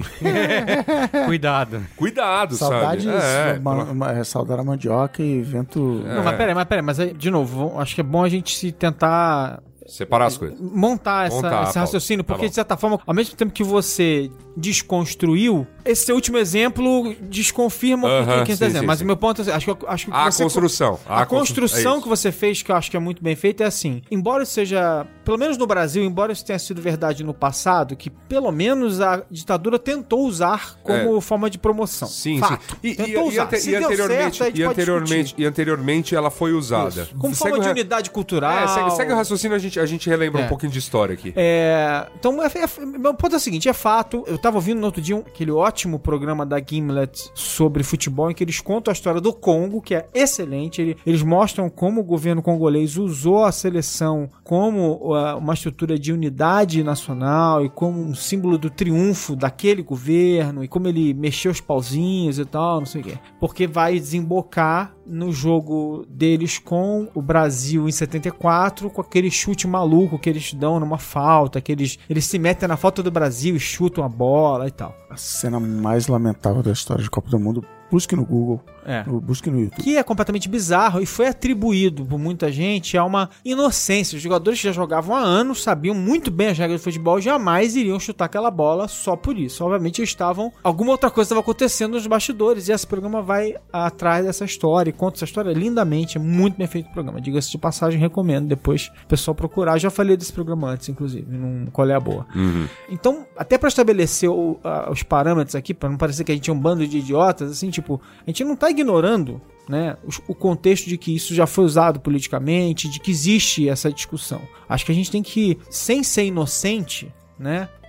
Speaker 2: Cuidado.
Speaker 5: cuidado,
Speaker 4: Saudades,
Speaker 5: sabe? É,
Speaker 4: ma- ma- é, saudar a mandioca e vento...
Speaker 3: Não, mas peraí, mas peraí, mas aí, de novo, vamos- acho que é bom a gente se tentar
Speaker 5: separar as coisas.
Speaker 3: montar, essa,
Speaker 5: Montar,
Speaker 3: esse
Speaker 5: Paulo.
Speaker 3: raciocínio,
Speaker 5: Tá
Speaker 3: porque
Speaker 5: bom.
Speaker 3: de certa forma, ao mesmo tempo que você desconstruiu, esse seu último exemplo desconfirma o que-
Speaker 5: Aham,
Speaker 3: que você está
Speaker 5: sim,
Speaker 3: dizendo.
Speaker 5: sim,
Speaker 3: Mas
Speaker 5: sim.
Speaker 3: o meu ponto é assim, acho que, acho que
Speaker 5: A
Speaker 3: você-
Speaker 5: construção.
Speaker 3: A,
Speaker 5: constru-
Speaker 3: construção
Speaker 5: é isso.
Speaker 3: que você fez, que eu acho que é muito bem feita, é assim: embora isso seja, pelo menos no Brasil, embora isso tenha sido verdade no passado, que pelo menos a ditadura tentou usar como forma de promoção.
Speaker 5: Sim,
Speaker 3: Fato.
Speaker 5: sim. E,
Speaker 3: Tentou
Speaker 5: e- e
Speaker 3: usar.
Speaker 5: ante-
Speaker 3: Se
Speaker 5: e
Speaker 3: deu
Speaker 5: anteriormente,
Speaker 3: certo, a gente
Speaker 5: e,
Speaker 3: pode
Speaker 5: anteriormente,
Speaker 3: discutir.
Speaker 5: e anteriormente ela foi usada.
Speaker 3: Como
Speaker 5: Segue
Speaker 3: forma
Speaker 5: o
Speaker 3: de
Speaker 5: re-
Speaker 3: unidade cultural.
Speaker 5: É, segue, segue o raciocínio, a gente, a gente relembra
Speaker 3: É.
Speaker 5: um pouquinho de história aqui.
Speaker 3: É, então, é, é, meu ponto é o seguinte, é fato, eu tava ouvindo no outro dia um- aquele ótimo programa da Gimlet sobre futebol, em que eles contam a história do Congo, que é excelente, ele- eles mostram como o governo congolês usou a seleção como uh, uma estrutura de unidade nacional e como um símbolo do triunfo daquele governo, e como ele mexeu os pauzinhos e tal, não sei o quê. Porque vai desembocar no jogo deles com o Brasil em setenta e quatro, com aquele chute maluco que eles dão numa falta, que eles, eles se metem na falta do Brasil e chutam a bola e tal.
Speaker 4: A cena mais lamentável da história de Copa do Mundo. Busque no Google,
Speaker 3: É.
Speaker 4: busque no YouTube.
Speaker 3: Que é completamente bizarro e foi atribuído por muita gente a uma inocência. Os jogadores que já jogavam há anos sabiam muito bem as regras do futebol e jamais iriam chutar aquela bola só por isso. Obviamente eles estavam... Alguma outra coisa estava acontecendo nos bastidores e esse programa vai atrás dessa história e conta essa história lindamente. É muito bem feito o programa. Diga-se de passagem, recomendo depois o pessoal procurar. Já falei desse programa antes, inclusive, num Qual é a Boa. Então, até para estabelecer o- a- os parâmetros aqui, para não parecer que a gente é um bando de idiotas, assim, tipo, a gente não tá ignorando, né, o, o contexto de que isso já foi usado politicamente, de que existe essa discussão. Acho que a gente tem que, sem ser inocente, né,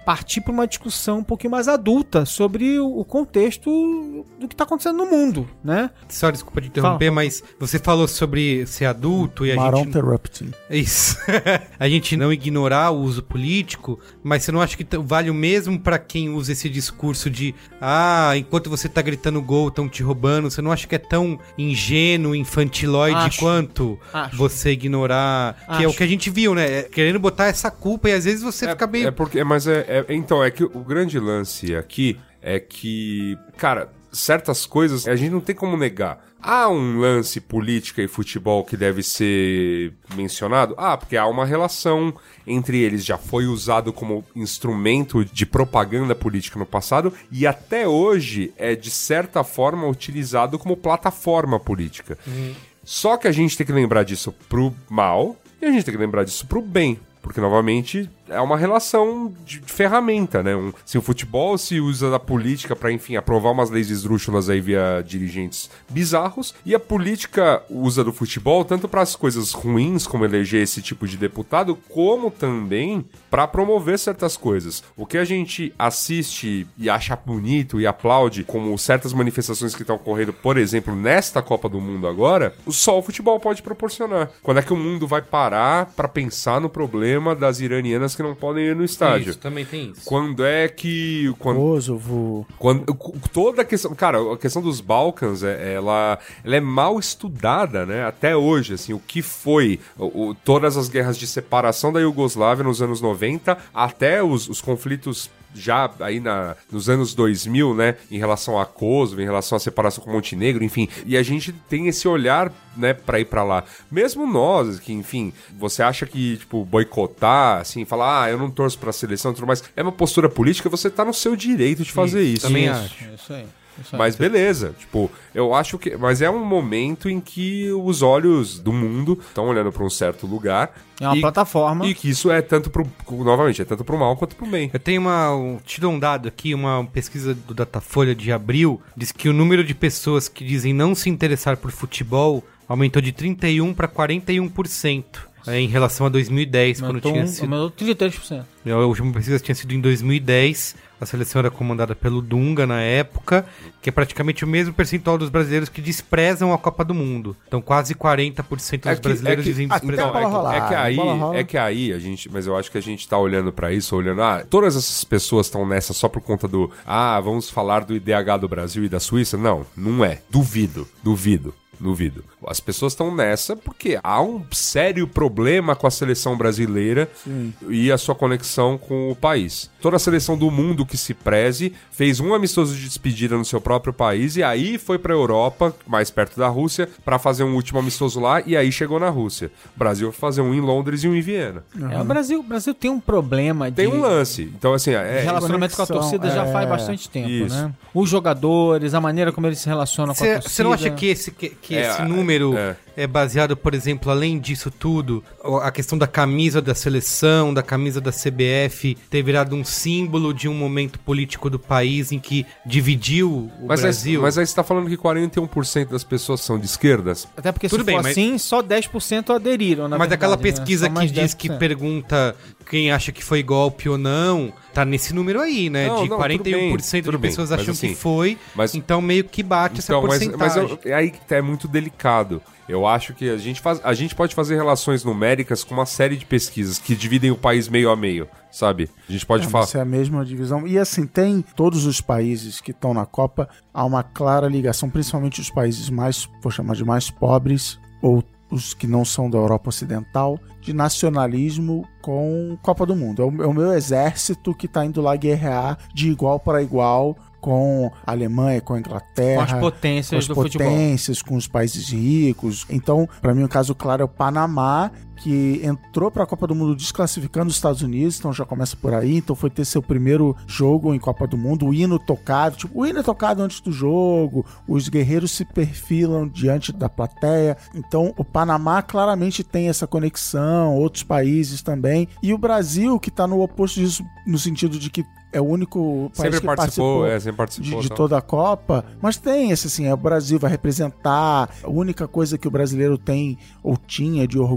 Speaker 3: partir para uma discussão um pouquinho mais adulta sobre o contexto do que está acontecendo no mundo, né?
Speaker 2: Só desculpa te interromper,
Speaker 3: Fala.
Speaker 2: mas você falou sobre ser adulto e a
Speaker 4: Maron
Speaker 2: gente...
Speaker 4: interrupting.
Speaker 2: Isso. A gente não ignorar o uso político, mas você não acha que t- vale o mesmo pra quem usa esse discurso de ah, enquanto você tá gritando gol, estão te roubando, você não acha que é tão ingênuo, infantiloide
Speaker 3: Acho.
Speaker 2: quanto
Speaker 3: Acho.
Speaker 2: você ignorar, que é o
Speaker 3: Acho.
Speaker 2: que a gente viu, né? Querendo botar essa culpa e às vezes você
Speaker 5: É,
Speaker 2: fica meio...
Speaker 5: é porque, mas é, é- então, é que o grande lance aqui é que, cara, certas coisas a gente não tem como negar. Há um lance política e futebol que deve ser mencionado? Ah, porque há uma relação entre eles. Já foi usado como instrumento de propaganda política no passado e até hoje é, de certa forma, utilizado como plataforma política. Uhum. Só que a gente tem que lembrar disso pro mal e a gente tem que lembrar disso pro bem. Porque, novamente, é uma relação de, de ferramenta, né? Um, se o futebol se usa da política para, enfim, aprovar umas leis esdrúxulas aí via dirigentes bizarros, e a política usa do futebol tanto para as coisas ruins, como eleger esse tipo de deputado, como também para promover certas coisas. O que a gente assiste e acha bonito e aplaude, como certas manifestações que estão ocorrendo, por exemplo, nesta Copa do Mundo agora, só o futebol pode proporcionar. Quando é que o mundo vai parar para pensar no problema das iranianas que não podem ir no estádio?
Speaker 2: Isso, também tem isso.
Speaker 5: Quando é que... Quando,
Speaker 4: Kosovo.
Speaker 5: quando, toda a questão... Cara, a questão dos Balcãs, é, ela, ela é mal estudada, né? Até hoje, assim, o que foi o, o, todas as guerras de separação da Iugoslávia nos anos noventa, até os, os conflitos já aí na, nos anos dois mil, né, em relação a Kosovo, em relação à separação com Montenegro, enfim, e a gente tem esse olhar, né, pra ir pra lá. Mesmo nós, que, enfim, você acha que, tipo, boicotar, assim, falar, ah, eu não torço pra seleção e tudo mais, é uma postura política, você tá no seu direito de fazer isso.
Speaker 2: Também
Speaker 3: Isso,
Speaker 2: acho.
Speaker 3: Isso aí. Isso aí.
Speaker 5: Mas beleza, tipo, eu acho que... Mas é um momento em que os olhos do mundo estão olhando pra um certo lugar.
Speaker 3: É uma
Speaker 5: e,
Speaker 3: plataforma.
Speaker 5: E que isso é tanto pro... Novamente, é tanto pro mal quanto pro bem.
Speaker 2: Eu tenho uma... Um, te dou um dado aqui, uma pesquisa do Datafolha de abril, diz que o número de pessoas que dizem não se interessar por futebol aumentou de trinta e um para quarenta e um por cento. É, em relação a dois mil e dez, quando
Speaker 3: Aumentou
Speaker 2: tinha
Speaker 3: um-
Speaker 2: sido...
Speaker 3: aumentou trinta e três por cento.
Speaker 2: A última pesquisa tinha sido em dois mil e dez. A seleção era comandada pelo Dunga na época, que é praticamente o mesmo percentual dos brasileiros que desprezam a Copa do Mundo. Então quase quarenta por cento dos
Speaker 5: É que-
Speaker 2: brasileiros
Speaker 5: é que-
Speaker 2: dizem
Speaker 4: ah,
Speaker 2: desprezar.
Speaker 4: então,
Speaker 5: É que,
Speaker 4: rolar,
Speaker 5: é que aí,
Speaker 4: bola rola.
Speaker 5: é que aí a gente, mas eu acho que a gente tá olhando pra isso, olhando, ah, todas essas pessoas estão nessa só por conta do, ah, vamos falar do I D H do Brasil e da Suíça? Não, não é. Duvido, duvido. Duvido. As pessoas estão nessa porque há um sério problema com a seleção brasileira. Sim. E a sua conexão com o país. Toda a seleção do mundo que se preze fez um amistoso de despedida no seu próprio país e aí foi pra Europa, mais perto da Rússia, pra fazer um último amistoso lá e aí chegou na Rússia. O Brasil vai fazer um em Londres e um em Viena.
Speaker 3: É, o, Brasil, o Brasil tem um problema de,
Speaker 5: Tem um lance. Então, assim,
Speaker 3: de
Speaker 5: é,
Speaker 3: relacionamento com a
Speaker 4: conexão,
Speaker 3: torcida já
Speaker 4: é,
Speaker 3: faz bastante tempo,
Speaker 5: isso.
Speaker 3: né? Os jogadores, a maneira como eles se relacionam com a torcida.
Speaker 2: Você não acha que esse, que, que
Speaker 5: É,
Speaker 2: esse número
Speaker 5: é.
Speaker 2: é baseado, por exemplo, além disso tudo, a questão da camisa da seleção, da camisa da C B F, ter virado um símbolo de um momento político do país em que dividiu o
Speaker 5: mas,
Speaker 2: Brasil?
Speaker 5: aí, mas aí você tá falando que quarenta e um por cento das pessoas são de esquerdas?
Speaker 3: Até porque
Speaker 2: Tudo
Speaker 3: se
Speaker 2: bem,
Speaker 3: for
Speaker 2: mas-
Speaker 3: assim, só dez por cento aderiram, na
Speaker 2: Mas
Speaker 3: verdade,
Speaker 2: aquela
Speaker 3: né?
Speaker 2: pesquisa
Speaker 3: Só
Speaker 2: que
Speaker 3: mais
Speaker 2: diz
Speaker 3: dez por
Speaker 2: que
Speaker 3: cento.
Speaker 2: pergunta quem acha que foi golpe ou não, tá nesse número aí, né?
Speaker 5: Não,
Speaker 2: de
Speaker 5: não,
Speaker 2: quarenta e um por cento
Speaker 5: tudo
Speaker 2: de
Speaker 5: bem,
Speaker 2: pessoas
Speaker 5: mas
Speaker 2: acham
Speaker 5: assim,
Speaker 2: que foi,
Speaker 5: mas-
Speaker 2: então meio que bate essa
Speaker 5: Então, mas,
Speaker 2: porcentagem.
Speaker 5: mas eu, é aí que é muito delicado. Eu acho que a gente, faz, a gente pode fazer relações numéricas com uma série de pesquisas que dividem o país meio a meio, sabe? A gente pode
Speaker 4: É,
Speaker 5: falar...
Speaker 4: Isso é a mesma divisão. E assim, tem todos os países que estão na Copa, há uma clara ligação, principalmente os países mais, vou chamar de mais pobres, ou os que não são da Europa Ocidental, de nacionalismo com Copa do Mundo. É o, é o meu exército que tá indo lá guerrear de igual para igual com a Alemanha, com a Inglaterra,
Speaker 3: Com as potências
Speaker 4: com as
Speaker 3: do futebol.
Speaker 4: potências, com os países ricos. Então, para mim, o caso claro é o Panamá, que entrou para a Copa do Mundo desclassificando os Estados Unidos, então já começa por aí. Então foi ter seu primeiro jogo em Copa do Mundo, o hino tocado, tipo, o hino é tocado antes do jogo, os guerreiros se perfilam diante da plateia. Então o Panamá claramente tem essa conexão, outros países também. E o Brasil, que tá no oposto disso, no sentido de que é o único país
Speaker 5: Sempre
Speaker 4: que
Speaker 5: participou,
Speaker 4: participou,
Speaker 5: é, sempre
Speaker 4: de,
Speaker 5: participou.
Speaker 4: de
Speaker 5: tal.
Speaker 4: toda a Copa, mas tem esse assim, é, o Brasil vai representar, a única coisa que o brasileiro tem ou tinha de orgulho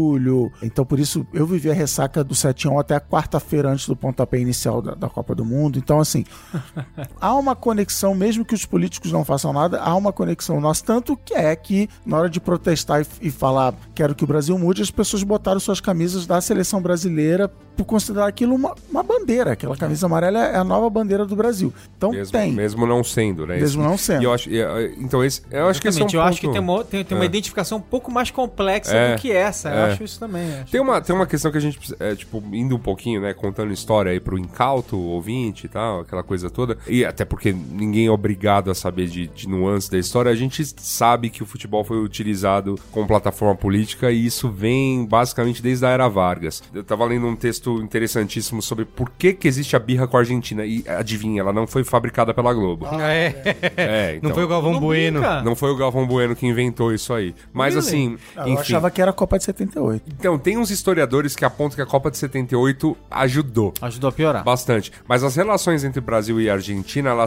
Speaker 4: julho. Então, por isso, eu vivi a ressaca do sete a um até a quarta-feira antes do pontapé inicial da, da Copa do Mundo. Então, assim, há uma conexão, mesmo que os políticos não façam nada, há uma conexão nossa, tanto que é que, na hora de protestar e, e falar quero que o Brasil mude, as pessoas botaram suas camisas da seleção brasileira por considerar aquilo uma, uma bandeira. Aquela camisa amarela é a nova bandeira do Brasil. Então,
Speaker 5: mesmo,
Speaker 4: tem.
Speaker 5: Mesmo não sendo, né?
Speaker 4: Mesmo
Speaker 5: Esse,
Speaker 4: não sendo.
Speaker 5: E eu acho, então, esse, eu acho que esse é um
Speaker 3: eu
Speaker 5: ponto...
Speaker 3: acho que tem uma, tem, tem uma
Speaker 5: É.
Speaker 3: identificação um pouco mais complexa
Speaker 5: É.
Speaker 3: do que essa. Eu
Speaker 5: É.
Speaker 3: acho isso também. Acho
Speaker 5: Tem uma, tem uma questão que a gente, precisa- é, tipo, indo um pouquinho, né, contando história aí pro incauto ouvinte e tal, aquela coisa toda, e até porque ninguém é obrigado a saber de, de nuances da história, a gente sabe que o futebol foi utilizado como plataforma política e isso vem basicamente desde a Era Vargas. Eu tava lendo um texto interessantíssimo sobre por que que existe a birra com a Argentina, e adivinha, ela não foi fabricada pela Globo.
Speaker 2: É.
Speaker 5: É, então,
Speaker 2: Não foi o Galvão
Speaker 3: Não
Speaker 2: Bueno.
Speaker 3: brinca.
Speaker 5: não foi o Galvão Bueno que inventou isso aí. Mas
Speaker 3: Really?
Speaker 5: assim,
Speaker 4: Eu
Speaker 5: enfim...
Speaker 4: achava que era a Copa de setenta e oito.
Speaker 5: Então, tem uns historiadores que apontam que a Copa de setenta e oito ajudou
Speaker 3: Ajudou a piorar.
Speaker 5: bastante. Mas as relações entre Brasil e Argentina, elas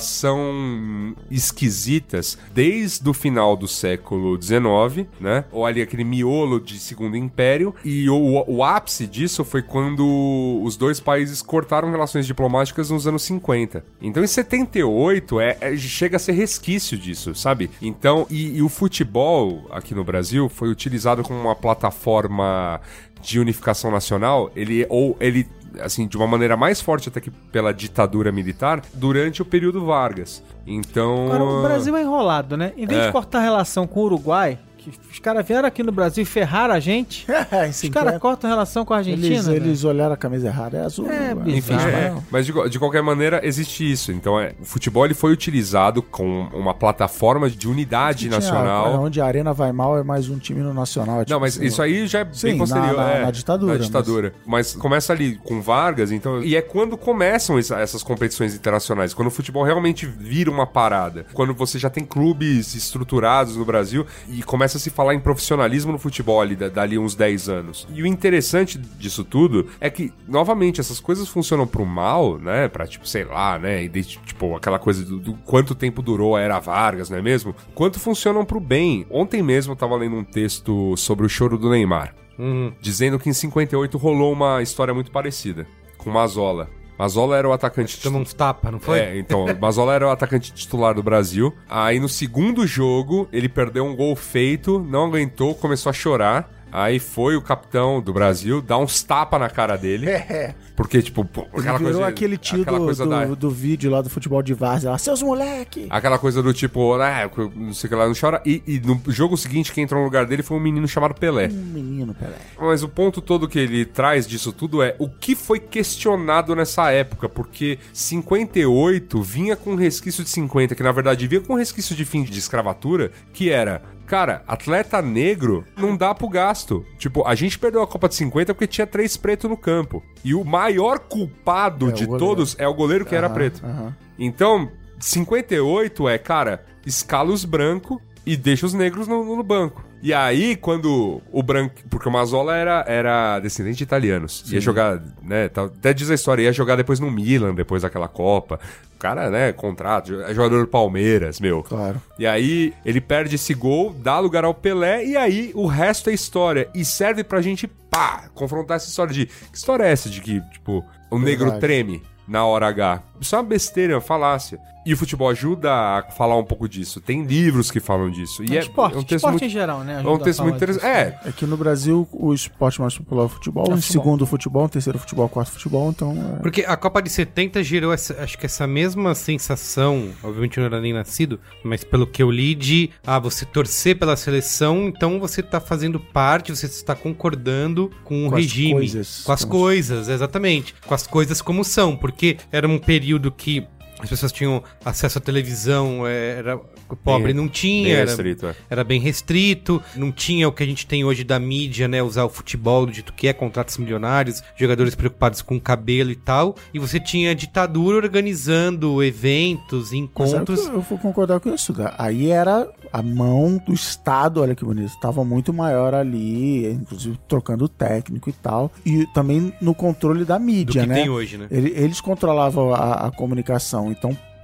Speaker 5: são esquisitas desde o final do século dezenove, né? Ou ali aquele miolo de Segundo Império. E o, o ápice disso foi quando os dois países cortaram relações diplomáticas nos anos cinquenta. Então, em setenta e oito, é, é- chega a ser resquício disso, sabe? Então, e, e o futebol aqui no Brasil foi utilizado como uma plataforma de unificação nacional, ele ou ele assim, de uma maneira mais forte até que pela ditadura militar, durante o período Vargas. Então...
Speaker 3: Agora, o Brasil é enrolado, né? Em vez
Speaker 5: É.
Speaker 3: de cortar a relação com o Uruguai, que os caras vieram aqui no Brasil e ferraram a gente,
Speaker 4: É, em
Speaker 3: os
Speaker 4: cinquenta.
Speaker 3: caras cortam a relação com a Argentina.
Speaker 4: Eles,
Speaker 3: velho.
Speaker 4: eles olharam a camisa errada, é azul.
Speaker 3: É,
Speaker 4: né?
Speaker 5: Enfim,
Speaker 3: bizarro.
Speaker 5: é, mas de, de qualquer maneira existe isso. Então, é, o futebol ele foi utilizado com uma plataforma de unidade
Speaker 4: Tinha,
Speaker 5: nacional.
Speaker 4: onde a Arena vai mal é mais um time no Nacional. é tipo
Speaker 5: Não, mas
Speaker 4: assim,
Speaker 5: isso aí já é
Speaker 4: Sim,
Speaker 5: bem posterior.
Speaker 4: na- na-
Speaker 5: é,
Speaker 4: na ditadura,
Speaker 5: Na ditadura. Mas... começa ali com Vargas, então. E é quando começam essa- essas competições internacionais. Quando o futebol realmente vira uma parada. Quando você já tem clubes estruturados no Brasil e começa a se falar em profissionalismo no futebol ali, da- dali uns dez anos. E o interessante disso tudo é que, novamente, essas coisas funcionam pro mal, né? Pra, tipo, sei lá, né? E de- tipo, aquela coisa do, do quanto tempo durou a Era Vargas, não é mesmo? Quanto funcionam pro bem. Ontem mesmo eu tava lendo um texto sobre o choro do Neymar.
Speaker 2: Uhum.
Speaker 5: Dizendo que em cinquenta e oito rolou uma história muito parecida com Mazzola. Mazzola era o atacante
Speaker 2: Tomou uns tapas, não foi?
Speaker 5: É, então, Mazzola era o atacante titular do Brasil. Aí no segundo jogo, ele perdeu um gol feito, não aguentou, começou a chorar. Aí foi o capitão do Brasil dar uns tapas na cara dele.
Speaker 4: É.
Speaker 5: Porque, tipo, pô,
Speaker 4: Ele
Speaker 5: aquela
Speaker 4: virou
Speaker 5: coisa.
Speaker 4: aquele tio
Speaker 5: aquela
Speaker 4: do,
Speaker 5: coisa
Speaker 4: do,
Speaker 5: da-
Speaker 4: do vídeo lá do futebol de várzea, lá, seus moleque!
Speaker 5: Aquela coisa do tipo, ah, não sei o que lá, não chora. E, e no jogo seguinte, quem entrou no lugar dele foi um menino chamado Pelé.
Speaker 4: Um menino, Pelé.
Speaker 5: Mas o ponto todo que ele traz disso tudo é o que foi questionado nessa época, porque cinquenta e oito vinha com um resquício de cinquenta, que na verdade vinha com um resquício de fim de escravatura, que era, cara, atleta negro não dá pro gasto. Tipo, a gente perdeu a Copa de cinquenta porque tinha três pretos no campo. E o maior culpado
Speaker 4: É,
Speaker 5: de
Speaker 4: o goleiro.
Speaker 5: todos é o goleiro que era
Speaker 4: Aham,
Speaker 5: preto.
Speaker 4: aham.
Speaker 5: Então, cinquenta e oito é, cara, escala os brancos e deixa os negros no, no banco. E aí, quando o branco... Porque o Mazzola era, era descendente de italianos. Ia jogar, né? tá- Até diz a história, ia jogar depois no Milan, depois daquela Copa. O cara, né, contrato, é jogador do Palmeiras, meu.
Speaker 4: Claro.
Speaker 5: E aí, ele perde esse gol, dá lugar ao Pelé, e aí o resto é história. E serve pra gente, pá, confrontar essa história de... Que história é essa de que, tipo, o negro
Speaker 4: Verdade.
Speaker 5: treme na hora H? Isso é uma besteira, é uma falácia. E o futebol ajuda a falar um pouco disso. Tem livros que falam disso. E
Speaker 3: É
Speaker 5: é,
Speaker 3: esporte,
Speaker 5: é um texto
Speaker 3: esporte
Speaker 5: muito,
Speaker 3: em geral, né?
Speaker 5: é
Speaker 3: ajuda
Speaker 5: um
Speaker 3: a
Speaker 5: texto
Speaker 3: falar
Speaker 5: muito interessante.
Speaker 3: disso,
Speaker 5: É,
Speaker 4: Aqui no Brasil, o esporte mais popular é o futebol,
Speaker 3: É
Speaker 4: o
Speaker 3: futebol.
Speaker 4: segundo o futebol, o terceiro o futebol, o quarto o futebol, então... é-
Speaker 2: Porque a Copa de setenta gerou essa, acho que essa mesma sensação, obviamente eu não era nem nascido, mas pelo que eu li de, ah, você torcer pela seleção, então você tá fazendo parte, você está concordando com o
Speaker 4: Com as
Speaker 2: regime.
Speaker 4: coisas.
Speaker 2: Com as
Speaker 4: Com as-
Speaker 2: coisas, exatamente. Com as coisas como são, porque era um período que as pessoas tinham acesso à televisão, é, era o pobre
Speaker 5: Bem-
Speaker 2: não tinha,
Speaker 5: bem
Speaker 2: era,
Speaker 5: restrito, é.
Speaker 2: era bem restrito, não tinha o que a gente tem hoje da mídia, né, usar o futebol do jeito que é, contratos milionários, jogadores preocupados com o cabelo e tal, e você tinha a ditadura organizando eventos,
Speaker 4: Mas é
Speaker 2: encontros.
Speaker 4: eu, eu vou concordar com isso. Tá? Aí era a mão do Estado, olha que bonito, estava muito maior ali, inclusive trocando técnico e tal, e também no controle da
Speaker 2: do
Speaker 4: mídia,
Speaker 2: que
Speaker 4: né?
Speaker 2: tem hoje, né?
Speaker 4: Ele- Eles controlavam a, a comunicação, então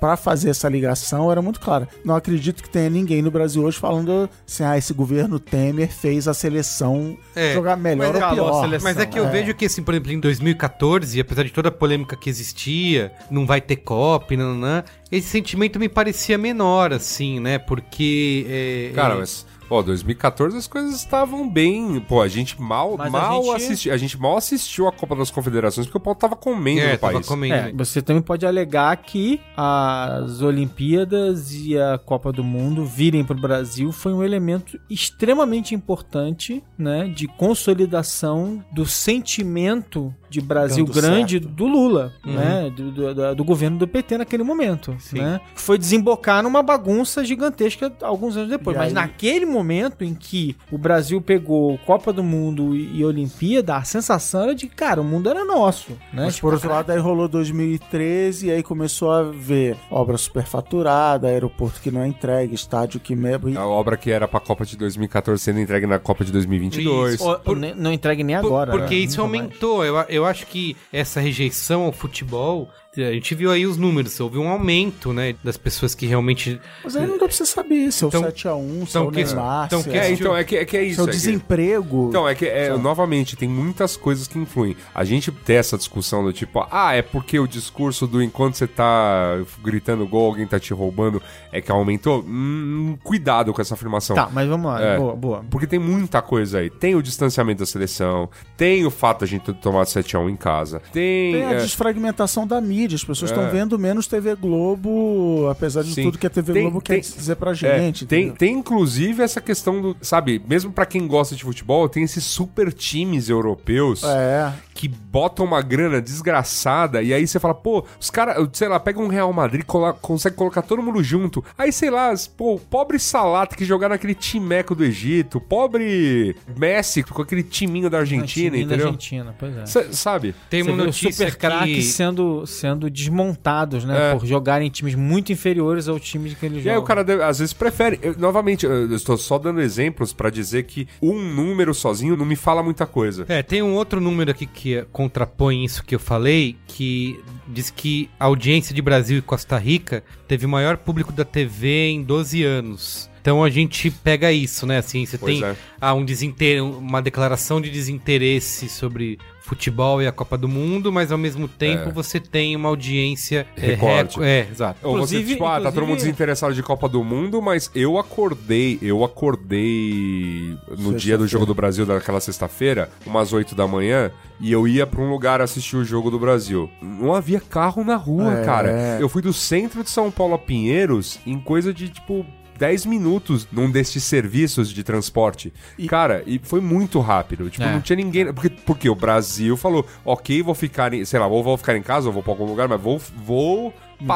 Speaker 4: pra fazer essa ligação era muito clara. Não acredito que tenha ninguém no Brasil hoje falando assim, ah, esse governo Temer fez a seleção
Speaker 2: É,
Speaker 4: jogar melhor
Speaker 2: mas
Speaker 4: ou
Speaker 2: é-
Speaker 4: pior.
Speaker 2: Mas é que eu
Speaker 4: É.
Speaker 2: vejo que, assim, por exemplo, em dois mil e catorze, apesar de toda a polêmica que existia, não vai ter Copa, nananã, esse sentimento me parecia menor, assim, né? Porque... é,
Speaker 5: Cara,
Speaker 2: é,
Speaker 5: mas, ó, dois mil e catorze as coisas estavam bem. Pô, a gente mal,
Speaker 3: Mas a
Speaker 5: mal
Speaker 3: gente-
Speaker 5: assistiu. A gente mal assistiu a Copa das Confederações porque o pau tava comendo
Speaker 2: é,
Speaker 5: no
Speaker 2: tava
Speaker 5: país.
Speaker 2: comendo.
Speaker 3: É, você também pode alegar que as Olimpíadas e a Copa do Mundo virem para o Brasil foi um elemento extremamente importante, né, de consolidação do sentimento de Brasil
Speaker 4: Dando
Speaker 3: grande
Speaker 4: certo.
Speaker 3: do Lula,
Speaker 2: Uhum.
Speaker 3: né, do, do, do- do governo do P T naquele momento, né, foi desembocar numa bagunça gigantesca alguns anos depois.
Speaker 4: E
Speaker 3: Mas
Speaker 4: aí-
Speaker 3: naquele momento em que o Brasil pegou Copa do Mundo e, e Olimpíada, a sensação era de que, cara, o mundo era nosso, né?
Speaker 4: Mas
Speaker 3: Tipo,
Speaker 4: por outro lado, aí rolou dois mil e treze e aí começou a ver obra superfaturada, aeroporto que não é entregue, estádio que... Me...
Speaker 5: A obra que era pra Copa de dois mil e catorze sendo entregue na Copa de dois mil e vinte e dois.
Speaker 2: Isso.
Speaker 3: Ó,
Speaker 2: Por-
Speaker 3: ne- não entregue nem
Speaker 2: Por-
Speaker 3: agora.
Speaker 2: Porque
Speaker 3: né?
Speaker 2: isso
Speaker 3: Nunca mais.
Speaker 2: aumentou. Eu, eu acho que essa rejeição ao futebol, a gente viu aí os números, houve um aumento, né, das pessoas que realmente...
Speaker 4: Mas aí não dá pra você saber se é o
Speaker 2: Então-
Speaker 4: sete a um, se é
Speaker 2: então
Speaker 4: o
Speaker 2: que-
Speaker 4: Neymar,
Speaker 2: então
Speaker 4: se
Speaker 2: que-
Speaker 4: é,
Speaker 5: É, então, é que é, que é
Speaker 4: se
Speaker 5: isso.
Speaker 4: é o
Speaker 5: é que-
Speaker 4: desemprego.
Speaker 5: Então, é que, é, novamente, tem muitas coisas que influem. A gente ter essa discussão do tipo, ah, é porque o discurso do enquanto você tá gritando gol, alguém tá te roubando, é que aumentou? Hum, cuidado com essa afirmação.
Speaker 3: Tá, mas vamos lá.
Speaker 5: É.
Speaker 3: Boa, boa.
Speaker 5: Porque tem muita coisa aí. Tem o distanciamento da seleção, tem o fato da gente ter tomado sete a um em casa, tem...
Speaker 4: Tem a
Speaker 5: é,
Speaker 4: desfragmentação da mídia, as pessoas estão
Speaker 5: É.
Speaker 4: vendo menos T V Globo, apesar de
Speaker 5: Sim.
Speaker 4: tudo que a T V
Speaker 5: Tem-
Speaker 4: Globo
Speaker 5: tem-
Speaker 4: quer dizer pra
Speaker 5: É,
Speaker 4: gente.
Speaker 5: tem,
Speaker 4: entendeu?
Speaker 5: tem inclusive essa questão do, sabe, mesmo pra quem gosta de futebol, tem esses super times europeus
Speaker 4: É,
Speaker 5: que botam uma grana desgraçada e aí você fala, pô, os caras, sei lá, pega um Real Madrid, cola, consegue colocar todo mundo junto. Aí, sei lá, pô, o pobre Salah tem que jogar naquele timeco do Egito, o pobre Messi com aquele timinho da Argentina,
Speaker 3: Time da
Speaker 5: entendeu?
Speaker 3: Argentina, pois é.
Speaker 5: Cê- sabe?
Speaker 2: Tem
Speaker 3: Você
Speaker 2: uma
Speaker 3: vê os
Speaker 2: notícia
Speaker 3: super craques
Speaker 2: que...
Speaker 3: sendo, sendo desmontados, né?
Speaker 5: É.
Speaker 3: Por jogarem em times muito inferiores ao time que eles
Speaker 5: E
Speaker 3: jogam.
Speaker 5: aí o cara deve- às vezes prefere. Eu, novamente, eu eu estou só dando exemplos pra dizer que um número sozinho não me fala muita coisa.
Speaker 2: É, tem um outro número aqui que contrapõe isso que eu falei, que diz que a audiência de Brasil e Costa Rica teve o maior público da T V em doze anos. Então a gente pega isso, né? Assim, você
Speaker 5: Pois
Speaker 2: tem
Speaker 5: é.
Speaker 2: ah, um desinter... uma declaração de desinteresse sobre futebol e a Copa do Mundo, mas ao mesmo tempo
Speaker 5: É.
Speaker 2: você tem uma audiência é,
Speaker 5: Recorde.
Speaker 2: reco- é, exato.
Speaker 5: Ou você,
Speaker 3: Inclusive-
Speaker 5: tipo, ah, tá todo
Speaker 3: inclusive-
Speaker 5: mundo desinteressado de Copa do Mundo, mas eu acordei, eu acordei no dia do Jogo do Brasil, daquela sexta-feira, umas oito da manhã, e eu ia pra um lugar assistir o Jogo do Brasil. Não havia carro na rua,
Speaker 4: É.
Speaker 5: cara. Eu fui do centro de São Paulo a Pinheiros em coisa de, tipo... dez minutos num destes serviços de transporte.
Speaker 4: E-
Speaker 5: Cara, e foi muito rápido. Tipo,
Speaker 3: É.
Speaker 5: não tinha ninguém. Porque, porque o Brasil falou, ok, vou ficar em. Sei lá, ou vou ficar em casa, ou vou pra algum lugar, mas vou, vou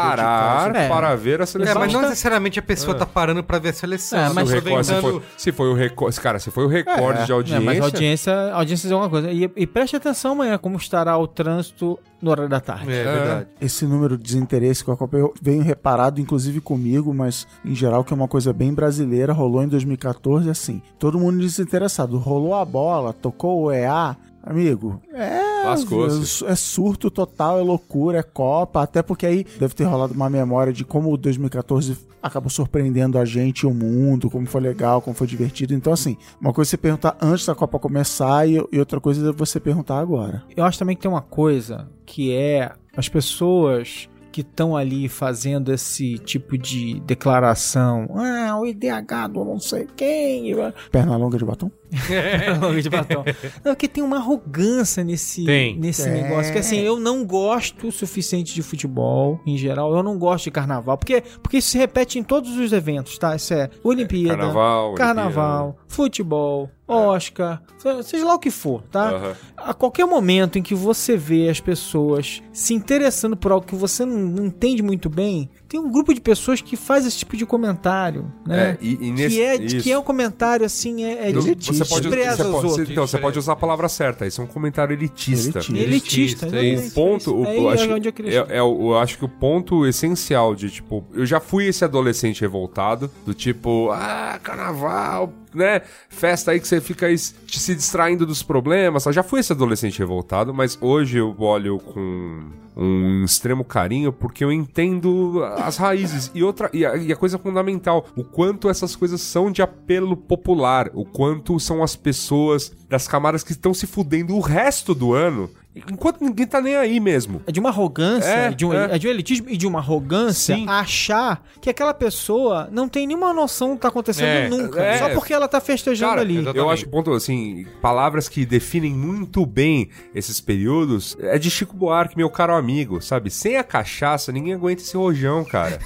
Speaker 5: parar
Speaker 3: É.
Speaker 5: para ver a
Speaker 2: É,
Speaker 5: seleção.
Speaker 2: mas não necessariamente a pessoa tá parando pra ver a seleção.
Speaker 3: É,
Speaker 2: tá
Speaker 3: mas
Speaker 5: se, o recorde, se,
Speaker 2: aproveitando-
Speaker 5: foi, se foi o recorde. Cara, se foi o recorde
Speaker 4: É,
Speaker 5: de
Speaker 3: É,
Speaker 5: audiência.
Speaker 3: mas a audiência, a audiência é uma coisa. E, e preste atenção amanhã como estará o trânsito no horário da tarde.
Speaker 2: É, verdade.
Speaker 4: esse número de desinteresse com a Copa eu venho reparado, inclusive comigo, mas em geral que é uma coisa bem brasileira, rolou em dois mil e catorze, assim, todo mundo desinteressado, rolou a bola, tocou o E A, amigo, é,
Speaker 5: Lascou-se.
Speaker 4: é surto total, é loucura, é Copa, até porque aí deve ter rolado uma memória de como o dois mil e catorze acabou surpreendendo a gente e o mundo, como foi legal, como foi divertido, então assim, uma coisa é você perguntar antes da Copa começar e, e outra coisa é você perguntar agora.
Speaker 3: Eu acho também que tem uma coisa que é as pessoas que estão ali fazendo esse tipo de declaração. Ah, o I D H do não sei quem.
Speaker 4: Perna longa de batom?
Speaker 3: de batom. Não, porque tem uma arrogância nesse,
Speaker 2: Tem.
Speaker 3: nesse
Speaker 4: Tem.
Speaker 3: negócio. Que assim, eu não gosto o suficiente de futebol, em geral. Eu não gosto de carnaval. Porque, porque isso se repete em todos os eventos, tá? Isso é Olimpíada,
Speaker 5: Carnaval,
Speaker 3: carnaval, futebol, Oscar, seja lá o que for, tá?
Speaker 5: Aham.
Speaker 3: A qualquer momento em que você vê as pessoas se interessando por algo que você não, não entende muito bem, tem um grupo de pessoas que faz esse tipo de comentário, né?
Speaker 5: É, e, e nesse,
Speaker 3: que, é,
Speaker 5: isso.
Speaker 3: que é um comentário assim, é, é
Speaker 5: Não,
Speaker 3: de
Speaker 5: você pode,
Speaker 3: despreza
Speaker 5: você
Speaker 3: aos
Speaker 5: pode,
Speaker 3: outros.
Speaker 5: então, você pode usar a palavra certa. Isso é um comentário elitista.
Speaker 4: Elitista.
Speaker 3: Elitista,
Speaker 2: Elitista,
Speaker 3: exatamente.
Speaker 5: O ponto, o,
Speaker 3: É
Speaker 5: eu,
Speaker 3: aí
Speaker 5: acho,
Speaker 3: onde eu queria
Speaker 5: é, é o- eu acho que o ponto essencial de, tipo, eu já fui esse adolescente revoltado, do tipo, ah, carnaval, né, festa aí que você fica aí se distraindo dos problemas, tá? Já fui esse adolescente revoltado, mas hoje eu olho com um extremo carinho, porque eu entendo as raízes. E outra, e a, e a coisa fundamental, o quanto essas coisas são de apelo popular, o quanto são as pessoas das camadas que estão se fudendo o resto do ano, enquanto ninguém tá nem aí mesmo.
Speaker 3: É de uma arrogância,
Speaker 5: É,
Speaker 3: de um,
Speaker 5: é.
Speaker 3: é de um elitismo e de uma arrogância
Speaker 5: Sim.
Speaker 3: achar que aquela pessoa não tem nenhuma noção do que tá acontecendo
Speaker 2: É,
Speaker 3: nunca.
Speaker 5: é.
Speaker 3: Só porque ela tá festejando
Speaker 5: Cara,
Speaker 3: ali.
Speaker 2: exatamente.
Speaker 5: eu acho, ponto assim, palavras que definem muito bem esses períodos é de Chico Buarque, meu caro amigo, sabe? Sem a cachaça, ninguém aguenta esse rojão, cara.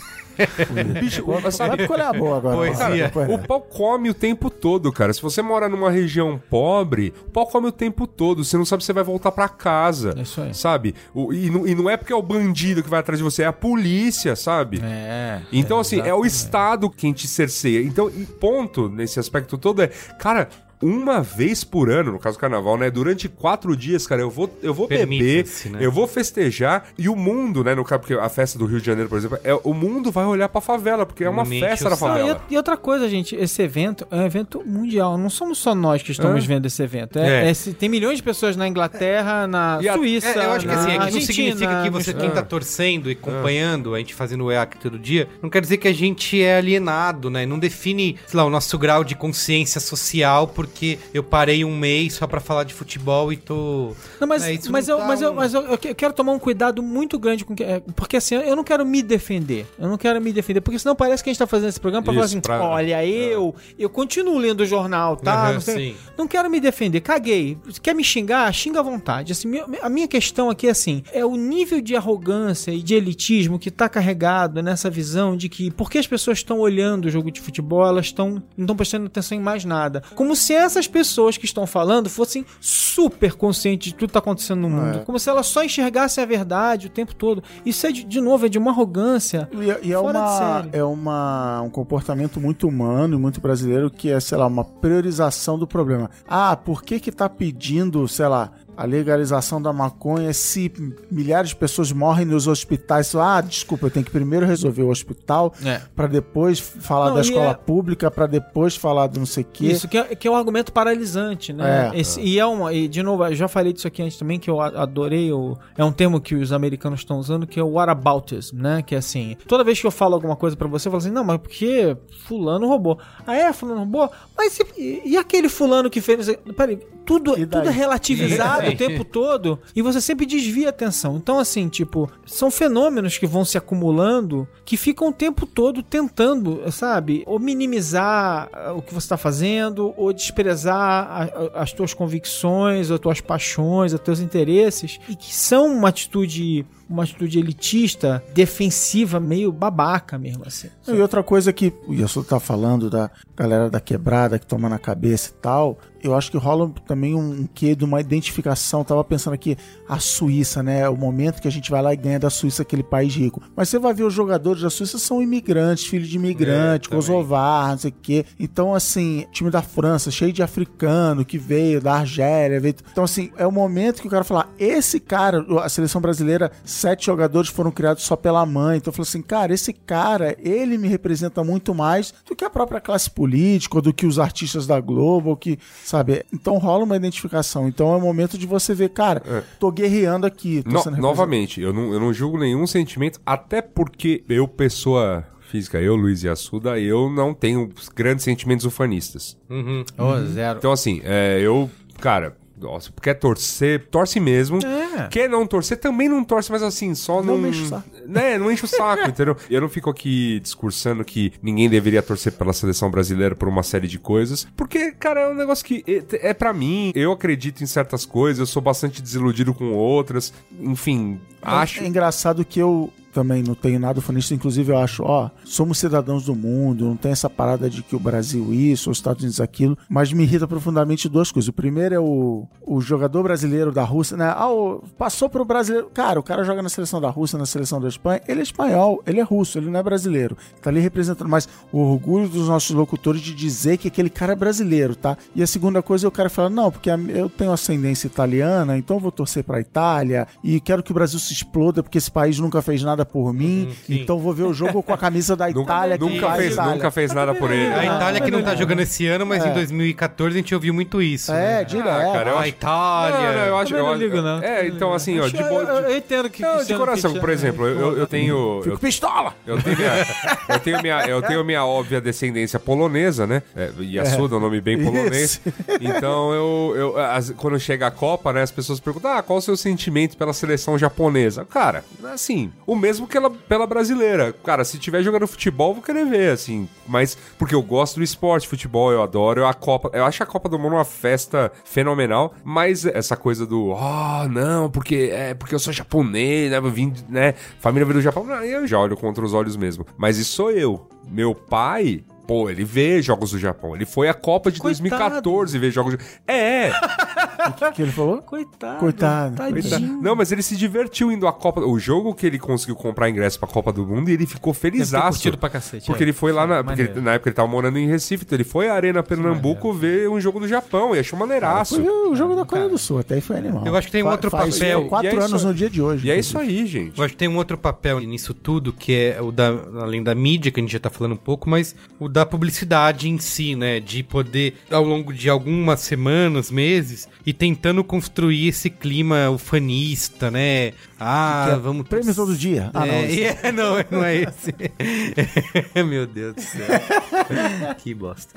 Speaker 4: Bicho, sabe qual é a boa agora?
Speaker 2: Poesia.
Speaker 4: Cara,
Speaker 5: O pau come o tempo todo, cara. Se você mora numa região pobre, o pau come o tempo todo. Você não sabe se você vai voltar pra casa.
Speaker 3: É isso aí.
Speaker 5: Sabe? O, e, não, e não é porque é o bandido que vai atrás de você, é a polícia, sabe?
Speaker 3: É.
Speaker 5: Então,
Speaker 3: é,
Speaker 5: assim, é o
Speaker 3: exatamente.
Speaker 5: Estado quem te cerceia. Então, e ponto nesse aspecto todo é, cara, uma vez por ano, no caso do carnaval, né? Durante quatro dias, cara, eu vou, eu vou beber,
Speaker 2: Permita-se, né?
Speaker 5: eu vou festejar e o mundo, né? No caso, porque a festa do Rio de Janeiro, por exemplo, é, o mundo vai olhar pra favela, porque é uma
Speaker 2: Mente
Speaker 5: festa
Speaker 2: o
Speaker 5: da
Speaker 2: saco.
Speaker 3: Não,
Speaker 5: favela.
Speaker 3: e, e outra coisa, gente, esse evento é um evento mundial. Não somos só nós que estamos
Speaker 5: É.
Speaker 3: vendo esse evento. É,
Speaker 5: É.
Speaker 3: é se- tem milhões de pessoas na Inglaterra, na
Speaker 5: E a-
Speaker 3: Suíça,
Speaker 2: É, eu acho que
Speaker 3: na
Speaker 2: assim, é que não
Speaker 3: Argentina,
Speaker 2: significa que você,
Speaker 3: no-
Speaker 2: quem tá torcendo e acompanhando, a gente fazendo o E A C todo dia, não quer dizer que a gente é alienado, né? Não define, sei lá, o nosso grau de consciência social porque eu parei um mês só pra falar de futebol e tô...
Speaker 3: Não, mas,
Speaker 2: É, isso
Speaker 3: mas,
Speaker 2: não
Speaker 3: eu,
Speaker 2: tá
Speaker 3: mas, eu,
Speaker 2: um-
Speaker 3: mas eu, eu que- eu quero tomar um cuidado muito grande com que, é, porque assim, eu não quero me defender. Eu não quero me defender, porque senão parece que a gente tá fazendo esse programa pra falar
Speaker 5: Isso,
Speaker 3: assim,
Speaker 5: pra-
Speaker 3: olha, eu, eu continuo lendo o jornal, tá?
Speaker 2: Aham,
Speaker 3: não, sei-
Speaker 2: sim.
Speaker 3: não quero me defender, caguei. Quer me xingar? Xinga à vontade. Assim, minha- a minha questão aqui é assim, é o nível de arrogância e de elitismo que tá carregado nessa visão de que porque as pessoas estão olhando o jogo de futebol, elas estão não estão prestando atenção em mais nada. Como se essas pessoas que estão falando fossem super conscientes de tudo que tá acontecendo no mundo.
Speaker 4: É.
Speaker 3: Como se elas só enxergassem a verdade o tempo todo. Isso é, de, de novo, é de uma arrogância.
Speaker 4: E, é- e é,
Speaker 3: Fora de
Speaker 4: uma,
Speaker 3: série.
Speaker 4: é uma, um comportamento muito humano e muito brasileiro que é, sei lá, uma priorização do problema. Ah, por que que tá pedindo, sei lá, a legalização da maconha se milhares de pessoas morrem nos hospitais? Ah, desculpa, eu tenho que primeiro resolver o hospital
Speaker 3: É.
Speaker 4: pra depois falar
Speaker 3: Não,
Speaker 4: da
Speaker 3: e
Speaker 4: escola
Speaker 3: é-
Speaker 4: pública, pra depois falar do não sei o quê.
Speaker 3: Isso, que é, que é um argumento paralisante, né?
Speaker 4: É.
Speaker 3: Esse- E é uma, e de novo, eu já falei disso aqui antes também, que eu a- adorei, o, é um termo que os americanos estão usando, que é o whataboutism, né? Que é assim, toda vez que eu falo alguma coisa pra você, eu falo assim, não, mas porque fulano roubou. Ah, é? Fulano roubou? Mas e, e aquele fulano que fez... Peraí, tudo,
Speaker 4: E daí?
Speaker 3: tudo é relativizado
Speaker 2: E daí?
Speaker 3: o tempo todo e você sempre desvia a atenção. Então, assim, tipo, são fenômenos que vão se acumulando que ficam o tempo todo tentando, sabe, ou minimizar ah, o que você está fazendo, ou desprezar a- a- as tuas convicções, as tuas paixões, os teus interesses, e que são uma atitude, uma atitude elitista, defensiva, meio babaca mesmo, assim.
Speaker 4: E outra coisa que o Yasuo tá falando da galera da quebrada que toma na cabeça e tal, eu acho que rola também um quê de uma identificação. Tava pensando aqui, a Suíça, né? O momento que a gente vai lá e ganha da Suíça, aquele país rico. Mas você vai ver os jogadores da Suíça são imigrantes, filhos de imigrante,
Speaker 2: É, também.
Speaker 4: kosovar, não sei o quê. Então, assim, time da França, cheio de africano que veio da Argélia. Veio... Então, assim, é o momento que o cara fala, esse cara, a seleção brasileira, sete jogadores foram criados só pela mãe. Então, eu falo assim, cara, esse cara, ele me representa muito mais do que a própria classe política, ou do que os artistas da Globo, ou que, sabe? Então rola uma identificação. Então é o momento de você ver, cara,
Speaker 5: É.
Speaker 4: tô guerreando aqui. Tô
Speaker 5: No-
Speaker 4: sendo
Speaker 5: novamente, eu não, eu não julgo nenhum sentimento, até porque eu, pessoa física, eu, Luiz Yassuda, eu não tenho grandes sentimentos ufanistas.
Speaker 2: Uhum.
Speaker 3: Oh, zero.
Speaker 5: Então, assim, é, eu, cara, nossa, quer torcer, torce mesmo.
Speaker 3: É.
Speaker 5: Quer não torcer, também não torce, mas assim, só
Speaker 4: Não
Speaker 5: não.
Speaker 4: enche o saco.
Speaker 5: Né, não enche o saco, entendeu? Eu não fico aqui discursando que ninguém deveria torcer pela seleção brasileira por uma série de coisas, porque, cara, é um negócio que é, é pra mim. Eu acredito em certas coisas, eu sou bastante desiludido com outras. Enfim, acho.
Speaker 4: É engraçado que eu também não tenho nada ufanista, inclusive eu acho, ó, somos cidadãos do mundo, não tem essa parada de que o Brasil isso, os Estados Unidos aquilo, mas me irrita profundamente duas coisas. O primeiro é o, o jogador brasileiro da Rússia, né? Ah, o, passou pro brasileiro. Cara, o cara joga na seleção da Rússia, na seleção da Espanha, ele é espanhol, ele é russo, ele não é brasileiro. Tá ali representando mais o orgulho dos nossos locutores de dizer que aquele cara é brasileiro, tá? E a segunda coisa é o cara falar, não, porque a- eu tenho ascendência italiana, então eu vou torcer pra Itália e quero que o Brasil se exploda porque esse país nunca fez nada nada por mim,
Speaker 2: sim.
Speaker 4: então vou ver o jogo com a camisa da Itália. que
Speaker 5: Nunca
Speaker 4: faz
Speaker 5: fez,
Speaker 4: Itália.
Speaker 5: nunca fez nada por ele.
Speaker 2: A Itália que não tá
Speaker 3: não.
Speaker 2: jogando esse ano, mas em dois mil e quatorze a gente ouviu muito isso.
Speaker 4: É,
Speaker 2: né?
Speaker 4: direto.
Speaker 5: Ah, cara, eu
Speaker 2: A
Speaker 5: acho-
Speaker 2: Itália.
Speaker 5: Não, não, eu acho,
Speaker 3: Também
Speaker 5: eu
Speaker 3: não
Speaker 5: acho-
Speaker 3: ligo, não.
Speaker 5: É, então assim, ó, de, bo-
Speaker 3: eu, eu,
Speaker 5: de,
Speaker 3: eu entendo que...
Speaker 5: não,
Speaker 3: que
Speaker 5: de
Speaker 3: sendo
Speaker 5: coração,
Speaker 3: que-
Speaker 5: por exemplo, eu, eu, eu tenho...
Speaker 4: Fico
Speaker 5: Eu,
Speaker 4: pistola!
Speaker 5: eu tenho minha, eu tenho minha, eu tenho minha óbvia descendência polonesa, né? É, Yasuda é um nome bem polonês. Então, eu, eu as- quando chega a Copa, né, as pessoas perguntam, ah, qual o seu sentimento pela seleção japonesa? Cara, assim, o mesmo que ela, pela brasileira. Cara, se tiver jogando futebol, eu vou querer ver, assim. Mas, porque eu gosto do esporte, futebol, eu adoro. A Copa, eu acho a Copa do Mundo uma festa fenomenal, mas essa coisa do, ah, oh, não, porque, é, porque eu sou japonês, né, eu vim, né, família veio do Japão, não, eu já olho contra os olhos mesmo. Mas isso sou eu. Meu pai... Pô, ele vê jogos do Japão. Ele foi à Copa de
Speaker 3: Coitado.
Speaker 5: dois mil e quatorze ver jogos do... É!
Speaker 4: O que ele falou?
Speaker 3: Coitado.
Speaker 4: Coitado.
Speaker 3: Tadinho.
Speaker 5: Não, mas ele se divertiu indo à Copa... O jogo que ele conseguiu comprar ingresso pra Copa do Mundo e ele ficou
Speaker 3: Deve ter
Speaker 5: felizaço.
Speaker 3: curtido pra cacete.
Speaker 5: Porque
Speaker 3: é.
Speaker 5: ele foi lá na... Porque
Speaker 3: maneiro.
Speaker 5: ele- na época ele tava morando em Recife, então ele foi à Arena Pernambuco ver um jogo do Japão e achou maneiraço.
Speaker 4: Foi o jogo da Coreia do Sul, até aí foi animal.
Speaker 2: Eu acho que tem um
Speaker 4: Fa-
Speaker 2: outro
Speaker 4: faz
Speaker 2: papel.
Speaker 4: quatro
Speaker 5: E é
Speaker 4: anos
Speaker 5: isso-
Speaker 4: no dia de hoje.
Speaker 5: E é isso aí, gente.
Speaker 2: Eu acho que tem um outro papel nisso tudo, que é o da, além da mídia, que a gente já tá falando um pouco, mas o da publicidade em si, né? De poder, ao longo de algumas semanas, meses, e tentando construir esse clima ufanista, né? Ah,
Speaker 4: Que é
Speaker 2: vamos...
Speaker 4: prêmio todo dia. Ah, não,
Speaker 2: É,
Speaker 4: esse-
Speaker 2: é, não, não é esse. Meu Deus do céu. Que bosta.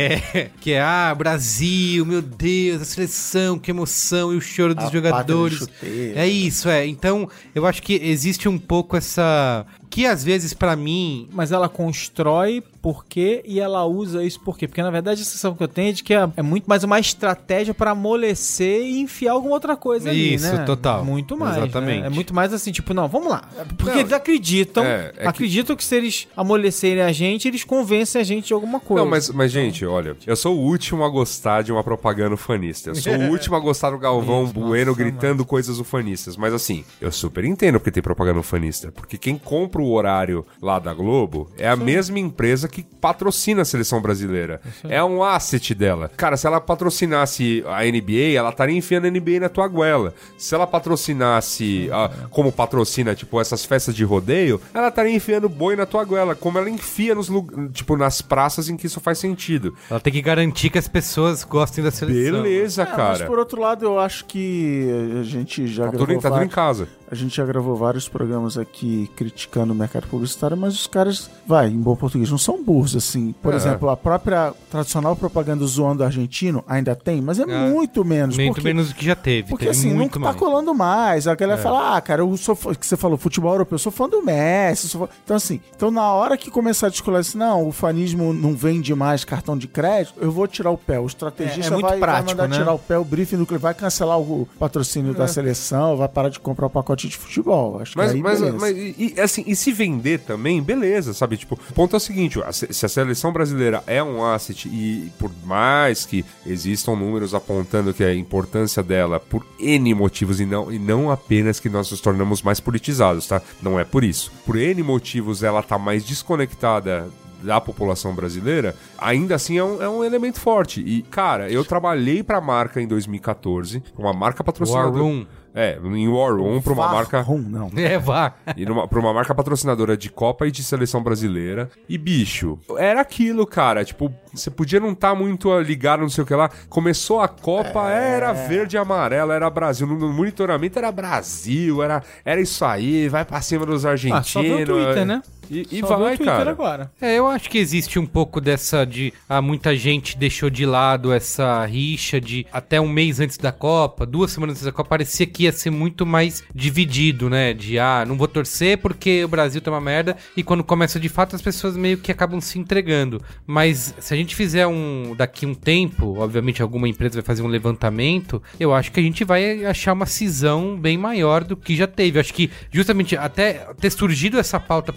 Speaker 2: É, que é, ah, Brasil, meu Deus, a seleção, que emoção, e o choro dos
Speaker 4: A
Speaker 2: jogadores.
Speaker 4: pátria do chuteiro.
Speaker 2: É isso, é. Então, eu acho que existe um pouco essa... Que às vezes, pra mim...
Speaker 3: Mas ela constrói por quê e ela usa isso por quê? Porque na verdade a sensação que eu tenho é de que é, é muito mais uma estratégia pra amolecer e enfiar alguma outra coisa ali,
Speaker 2: Isso,
Speaker 3: né?
Speaker 2: total.
Speaker 3: Muito mais,
Speaker 2: Exatamente.
Speaker 3: né? É muito mais assim, tipo, não, vamos lá. Porque
Speaker 5: Não,
Speaker 3: eles acreditam,
Speaker 5: é, é que-
Speaker 3: acreditam que... se eles amolecerem a gente, eles convencem a gente de alguma coisa.
Speaker 5: Não, mas, mas, gente, olha, eu sou o último a gostar de uma propaganda ufanista. Eu sou o último a gostar do Galvão Bueno gritando coisas ufanistas. Mas assim, eu super entendo porque tem propaganda ufanista. Porque quem compra o horário lá da Globo é a mesma empresa que patrocina a seleção brasileira. É um asset dela. Cara, se ela patrocinasse a N B A, ela estaria enfiando a N B A na tua goela. Se ela patrocinasse, a- como patrocina, tipo, essas festas de rodeio, ela estaria enfiando boi na tua goela, como ela enfia nos lu- tipo, nas praças em que isso faz sentido.
Speaker 2: Ela tem que garantir que as pessoas gostem da seleção.
Speaker 5: Beleza,
Speaker 4: É, mas
Speaker 5: cara.
Speaker 4: por outro lado, eu acho que a gente já
Speaker 5: Tá tudo,
Speaker 4: gravou
Speaker 5: em- tá tudo em
Speaker 4: vários-
Speaker 5: casa.
Speaker 4: A gente já gravou vários programas aqui criticando o mercado publicitário, mas os caras, vai, em bom português, não são burros, assim. Por
Speaker 5: É.
Speaker 4: exemplo, a própria tradicional propaganda zoando o argentino ainda tem, mas é,
Speaker 2: É.
Speaker 4: muito menos.
Speaker 2: Muito
Speaker 4: porque,
Speaker 2: menos do que já teve.
Speaker 4: porque
Speaker 2: teve
Speaker 4: assim,
Speaker 2: muito
Speaker 4: não tá
Speaker 2: mais.
Speaker 4: colando mais. A galera fala, ah, cara, eu sou fã- que você falou, futebol europeu, eu sou fã do Messi. Sou fã... Então, assim, então na hora que começar a descolar assim, não, o fanismo não vende mais cartão de crédito, eu vou tirar o pé. O estrategista
Speaker 3: É, é muito
Speaker 4: vai,
Speaker 3: prático,
Speaker 4: vai mandar
Speaker 3: né?
Speaker 4: tirar o pé, o briefing do clube, vai cancelar o patrocínio da seleção, vai parar de comprar o pacote de futebol. Acho
Speaker 5: Mas,
Speaker 4: que aí,
Speaker 5: mas,
Speaker 4: beleza.
Speaker 5: mas e, e, assim, e se vender também, beleza, sabe? Tipo, o ponto é o seguinte, a se se a seleção brasileira é um asset e por mais que existam números apontando que a importância dela por N motivos e não, e não apenas que nós nos tornamos mais politizados, tá? Não é por isso. Por N motivos ela tá mais desconectada da população brasileira, ainda assim é um, é um elemento forte. E, cara, eu trabalhei pra marca em dois mil e quatorze, uma marca patrocinadora...
Speaker 2: War Room.
Speaker 5: É, em War Room, pra uma
Speaker 4: Var
Speaker 5: marca...
Speaker 4: Room, não.
Speaker 2: É, vá.
Speaker 5: E numa, pra uma marca patrocinadora de Copa e de seleção brasileira. E, bicho, era aquilo, cara. Tipo, você podia não estar muito ligado, não sei o que lá. Começou a Copa, era verde e amarelo, era Brasil. No, no monitoramento era Brasil, era, era isso aí, vai pra cima dos argentinos.
Speaker 3: Ah, só vê o Twitter, né?
Speaker 5: E, e
Speaker 3: Só vê o
Speaker 5: vai,
Speaker 3: Twitter
Speaker 5: cara.
Speaker 3: agora.
Speaker 2: É, eu acho que existe um pouco dessa de... Ah, muita gente deixou de lado essa rixa de até um mês antes da Copa, duas semanas antes da Copa, parecia que ia ser muito mais dividido, né? De, ah, não vou torcer porque o Brasil tá uma merda, e quando começa de fato as pessoas meio que acabam se entregando. Mas se a gente fizer um... daqui um tempo, obviamente alguma empresa vai fazer um levantamento, eu acho que a gente vai achar uma cisão bem maior do que já teve. Eu acho que justamente até ter surgido essa pauta pra gente,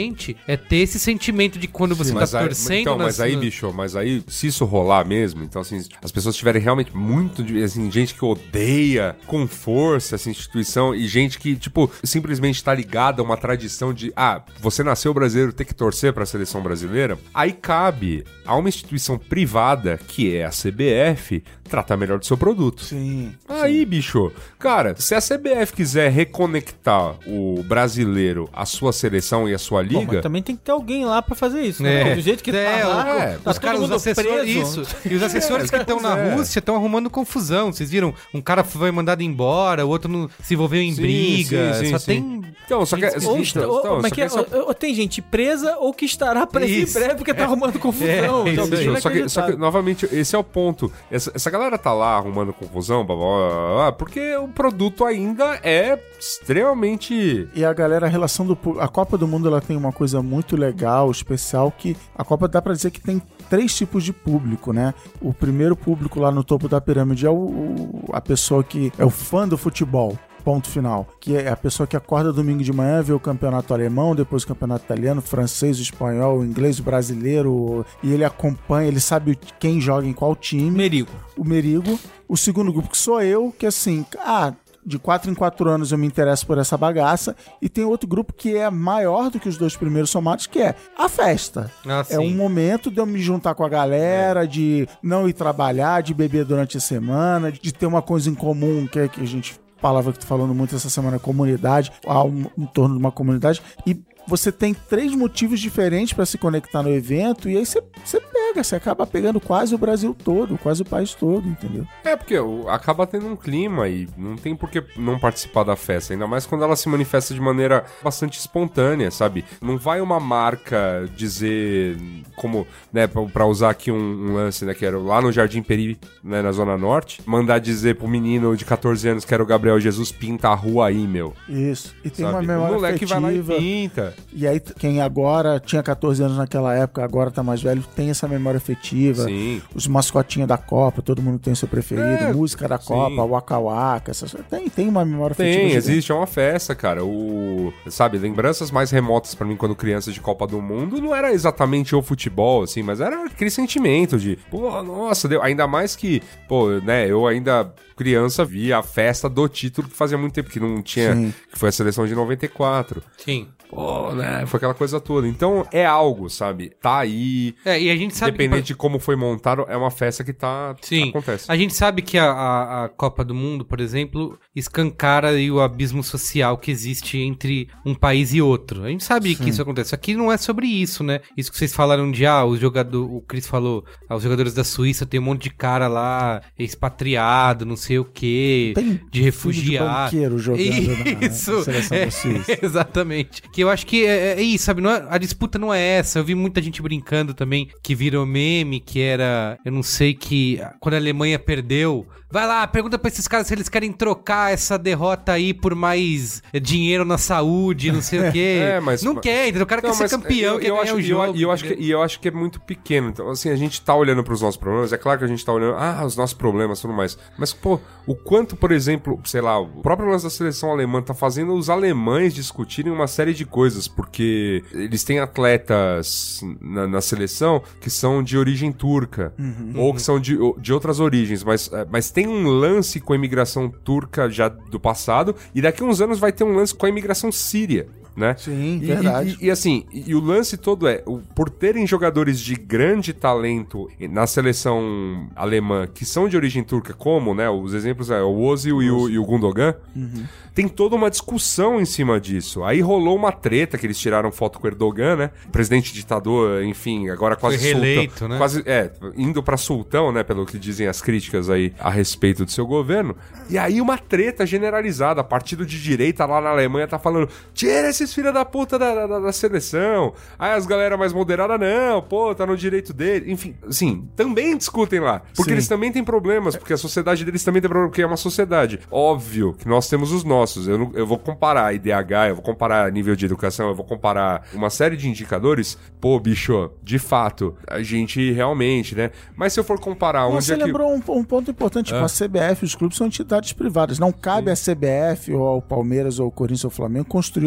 Speaker 2: gente é ter esse sentimento de quando você
Speaker 5: Mas
Speaker 2: tá
Speaker 5: aí,
Speaker 2: torcendo...
Speaker 5: então, mas
Speaker 2: nas-
Speaker 5: aí, bicho, mas aí, se isso rolar mesmo, então, assim, as pessoas tiverem realmente muito, de- assim, gente que odeia com força essa instituição e gente que, tipo, simplesmente tá ligada a uma tradição de, ah, você nasceu brasileiro, tem que torcer pra seleção brasileira, aí cabe a uma instituição privada, que é a C B F, tratar melhor do seu produto.
Speaker 4: Sim.
Speaker 5: Aí, bicho, cara, se a C B F quiser reconectar o brasileiro à sua seleção e à sua
Speaker 3: Bom,
Speaker 5: liga...
Speaker 3: mas também tem que ter alguém lá pra fazer isso,
Speaker 2: É.
Speaker 3: né? Do jeito que
Speaker 2: É,
Speaker 3: tá lá,
Speaker 5: é,
Speaker 3: tá
Speaker 2: os caras,
Speaker 3: todo
Speaker 2: os
Speaker 3: mundo
Speaker 2: assessores,
Speaker 3: preso.
Speaker 2: isso. E os assessores que estão na
Speaker 5: é.
Speaker 2: Rússia estão arrumando confusão. Vocês viram? Um cara foi mandado embora, o outro não se envolveu em
Speaker 5: Sim,
Speaker 2: briga.
Speaker 5: sim, sim,
Speaker 2: Só
Speaker 5: sim.
Speaker 2: tem...
Speaker 5: Então, só que...
Speaker 3: Ou,
Speaker 5: então,
Speaker 3: está- ou-
Speaker 5: então,
Speaker 3: mas
Speaker 5: só
Speaker 3: que,
Speaker 5: que esse é o-
Speaker 3: ou- ou tem gente presa ou que estará presa
Speaker 2: Isso.
Speaker 3: em breve porque tá arrumando confusão.
Speaker 2: É,
Speaker 3: Então,
Speaker 2: isso
Speaker 3: bicho,
Speaker 2: aí.
Speaker 5: Só que, só que,
Speaker 3: inacreditável.
Speaker 5: novamente, esse é o ponto. Essa, essa galera tá lá arrumando confusão, blá, blá, blá, blá, porque o produto ainda é extremamente...
Speaker 4: E a galera, a relação do pu- a Copa do Mundo, ela tem uma coisa muito legal, especial, que a Copa dá pra dizer que tem três tipos de público, né? O primeiro público lá no topo da pirâmide é o, o- a pessoa que é o fã do futebol. Ponto final. Que é a pessoa que acorda domingo de manhã, vê o campeonato alemão, depois o campeonato italiano, francês, o espanhol, o inglês, o brasileiro, e ele acompanha, ele sabe quem joga em qual time.
Speaker 3: Merigo.
Speaker 4: O Merigo. O segundo grupo que sou eu, que assim, ah, de quatro em quatro anos eu me interesso por essa bagaça. E tem outro grupo que é maior do que os dois primeiros somados, que é a festa.
Speaker 2: Ah,
Speaker 4: É um
Speaker 2: sim.
Speaker 4: momento de eu me juntar com a galera, de não ir trabalhar, de beber durante a semana, de ter uma coisa em comum, que é que a gente... palavra que tô falando muito essa semana, comunidade, ao, em torno de uma comunidade, e você tem três motivos diferentes para se conectar no evento, e aí você você pega, você acaba pegando quase o Brasil todo, quase o país todo, entendeu?
Speaker 5: É, porque o- acaba tendo um clima e não tem por que não participar da festa, ainda mais quando ela se manifesta de maneira bastante espontânea, sabe? Não vai uma marca dizer, como, né, pra, pra usar aqui um, um lance, né, que era lá no Jardim Peri, né, na Zona Norte, mandar dizer pro menino de catorze anos que era o Gabriel Jesus, pinta a rua aí, meu.
Speaker 4: Isso. E tem
Speaker 5: Sabe?
Speaker 4: uma memória
Speaker 5: O moleque
Speaker 4: afetiva.
Speaker 5: vai lá e pinta.
Speaker 4: E aí, quem agora tinha catorze anos naquela época, agora tá mais velho, tem essa memória afetiva.
Speaker 5: Sim.
Speaker 4: Os mascotinhos da Copa, todo mundo tem o seu preferido.
Speaker 5: É,
Speaker 4: música da
Speaker 5: sim.
Speaker 4: Copa, Waka Waka, essas tem, tem uma memória afetiva.
Speaker 5: Tem,
Speaker 4: gigante.
Speaker 5: existe, é uma festa, cara. O, sabe, lembranças mais remotas pra mim quando criança de Copa do Mundo não era exatamente o futebol, assim, mas era aquele sentimento de, pô, nossa, deu. Ainda mais que, pô, né, eu ainda criança via a festa do título que fazia muito tempo que não tinha,
Speaker 4: Sim.
Speaker 5: que foi a seleção de noventa e quatro.
Speaker 2: Sim.
Speaker 5: Pô, né, foi aquela coisa toda. Então é algo, sabe? Tá aí.
Speaker 2: É, e a gente sabe
Speaker 5: Independente
Speaker 2: que...
Speaker 5: de como foi montado, é uma festa que tá.
Speaker 2: Sim,
Speaker 5: Acontece.
Speaker 2: a gente sabe que a, a, a Copa do Mundo, por exemplo, escancara aí o abismo social que existe entre um país e outro. A gente sabe que isso acontece. Aqui não é sobre isso, né? Isso que vocês falaram de, ah, o jogador, o Chris falou, ah, os jogadores da Suíça tem um monte de cara lá, expatriado, não sei o quê,
Speaker 4: Tem
Speaker 2: de
Speaker 4: filho de
Speaker 2: refugiado.
Speaker 4: banqueiro jogando na-
Speaker 2: Isso,
Speaker 4: na seleção
Speaker 2: é,
Speaker 4: da Suíça.
Speaker 2: exatamente. Que eu acho que é, é isso, sabe? Não é- a disputa não é essa. Eu vi muita gente brincando também, que virou meme, que era, eu não sei, que quando a Alemanha perdeu, vai lá, pergunta pra esses caras se eles querem trocar essa derrota aí por mais dinheiro na saúde, não sei o quê.
Speaker 5: É, mas-
Speaker 2: não quer, entendeu? O cara
Speaker 5: Não,
Speaker 2: quer ser
Speaker 5: mas
Speaker 2: campeão,
Speaker 5: eu,
Speaker 2: quer
Speaker 5: eu
Speaker 2: ganhar
Speaker 5: acho,
Speaker 2: o
Speaker 5: que- eu-
Speaker 2: jogo.
Speaker 5: e eu, acho que,
Speaker 2: entendeu?
Speaker 5: e eu acho que é muito pequeno. Então, assim, a gente tá olhando pros nossos problemas. É claro que a gente tá olhando, ah, os nossos problemas e tudo mais. Mas, pô, o quanto, por exemplo, sei lá, o próprio lance da seleção alemã tá fazendo os alemães discutirem uma série de coisas, porque eles têm atletas na, na seleção que são de origem turca, ou que são de, de outras origens, mas, é, mas tem um lance com a imigração turca já do passado, e daqui a uns anos vai ter um lance com a imigração síria. Né?
Speaker 4: Sim,
Speaker 5: E-
Speaker 4: verdade.
Speaker 5: E, e, e assim, e, e o lance todo é, o- por terem jogadores de grande talento na seleção alemã que são de origem turca, como, né, os exemplos é o Ozil e o, e o Gundogan, tem toda uma discussão em cima disso. Aí rolou uma treta que eles tiraram foto com o Erdogan, né? Presidente ditador, enfim, agora quase
Speaker 2: Foi reeleito,
Speaker 5: sultão,
Speaker 2: né?
Speaker 5: quase, é, indo pra sultão, né, pelo que dizem as críticas aí a respeito do seu governo. E aí uma treta generalizada, partido de direita lá na Alemanha tá falando, tira esses filha da puta da, da, da seleção. Aí as galera mais moderada, não, pô, tá no direito dele. Enfim, assim, também discutem lá. Porque
Speaker 4: Sim.
Speaker 5: eles também têm problemas, porque a sociedade deles também tem problema, porque é uma sociedade. Óbvio que nós temos os nossos. Eu, não- eu vou comparar I D H, eu vou comparar nível de educação, eu vou comparar uma série de indicadores. Pô, bicho, de fato, a gente realmente, né? Mas se eu for comparar onde
Speaker 4: Você
Speaker 5: é que...
Speaker 4: lembrou um, um ponto importante, tipo, a C B F, os clubes são entidades privadas. Não cabe à C B F ou ao Palmeiras ou ao Corinthians ou ao Flamengo construir hospital.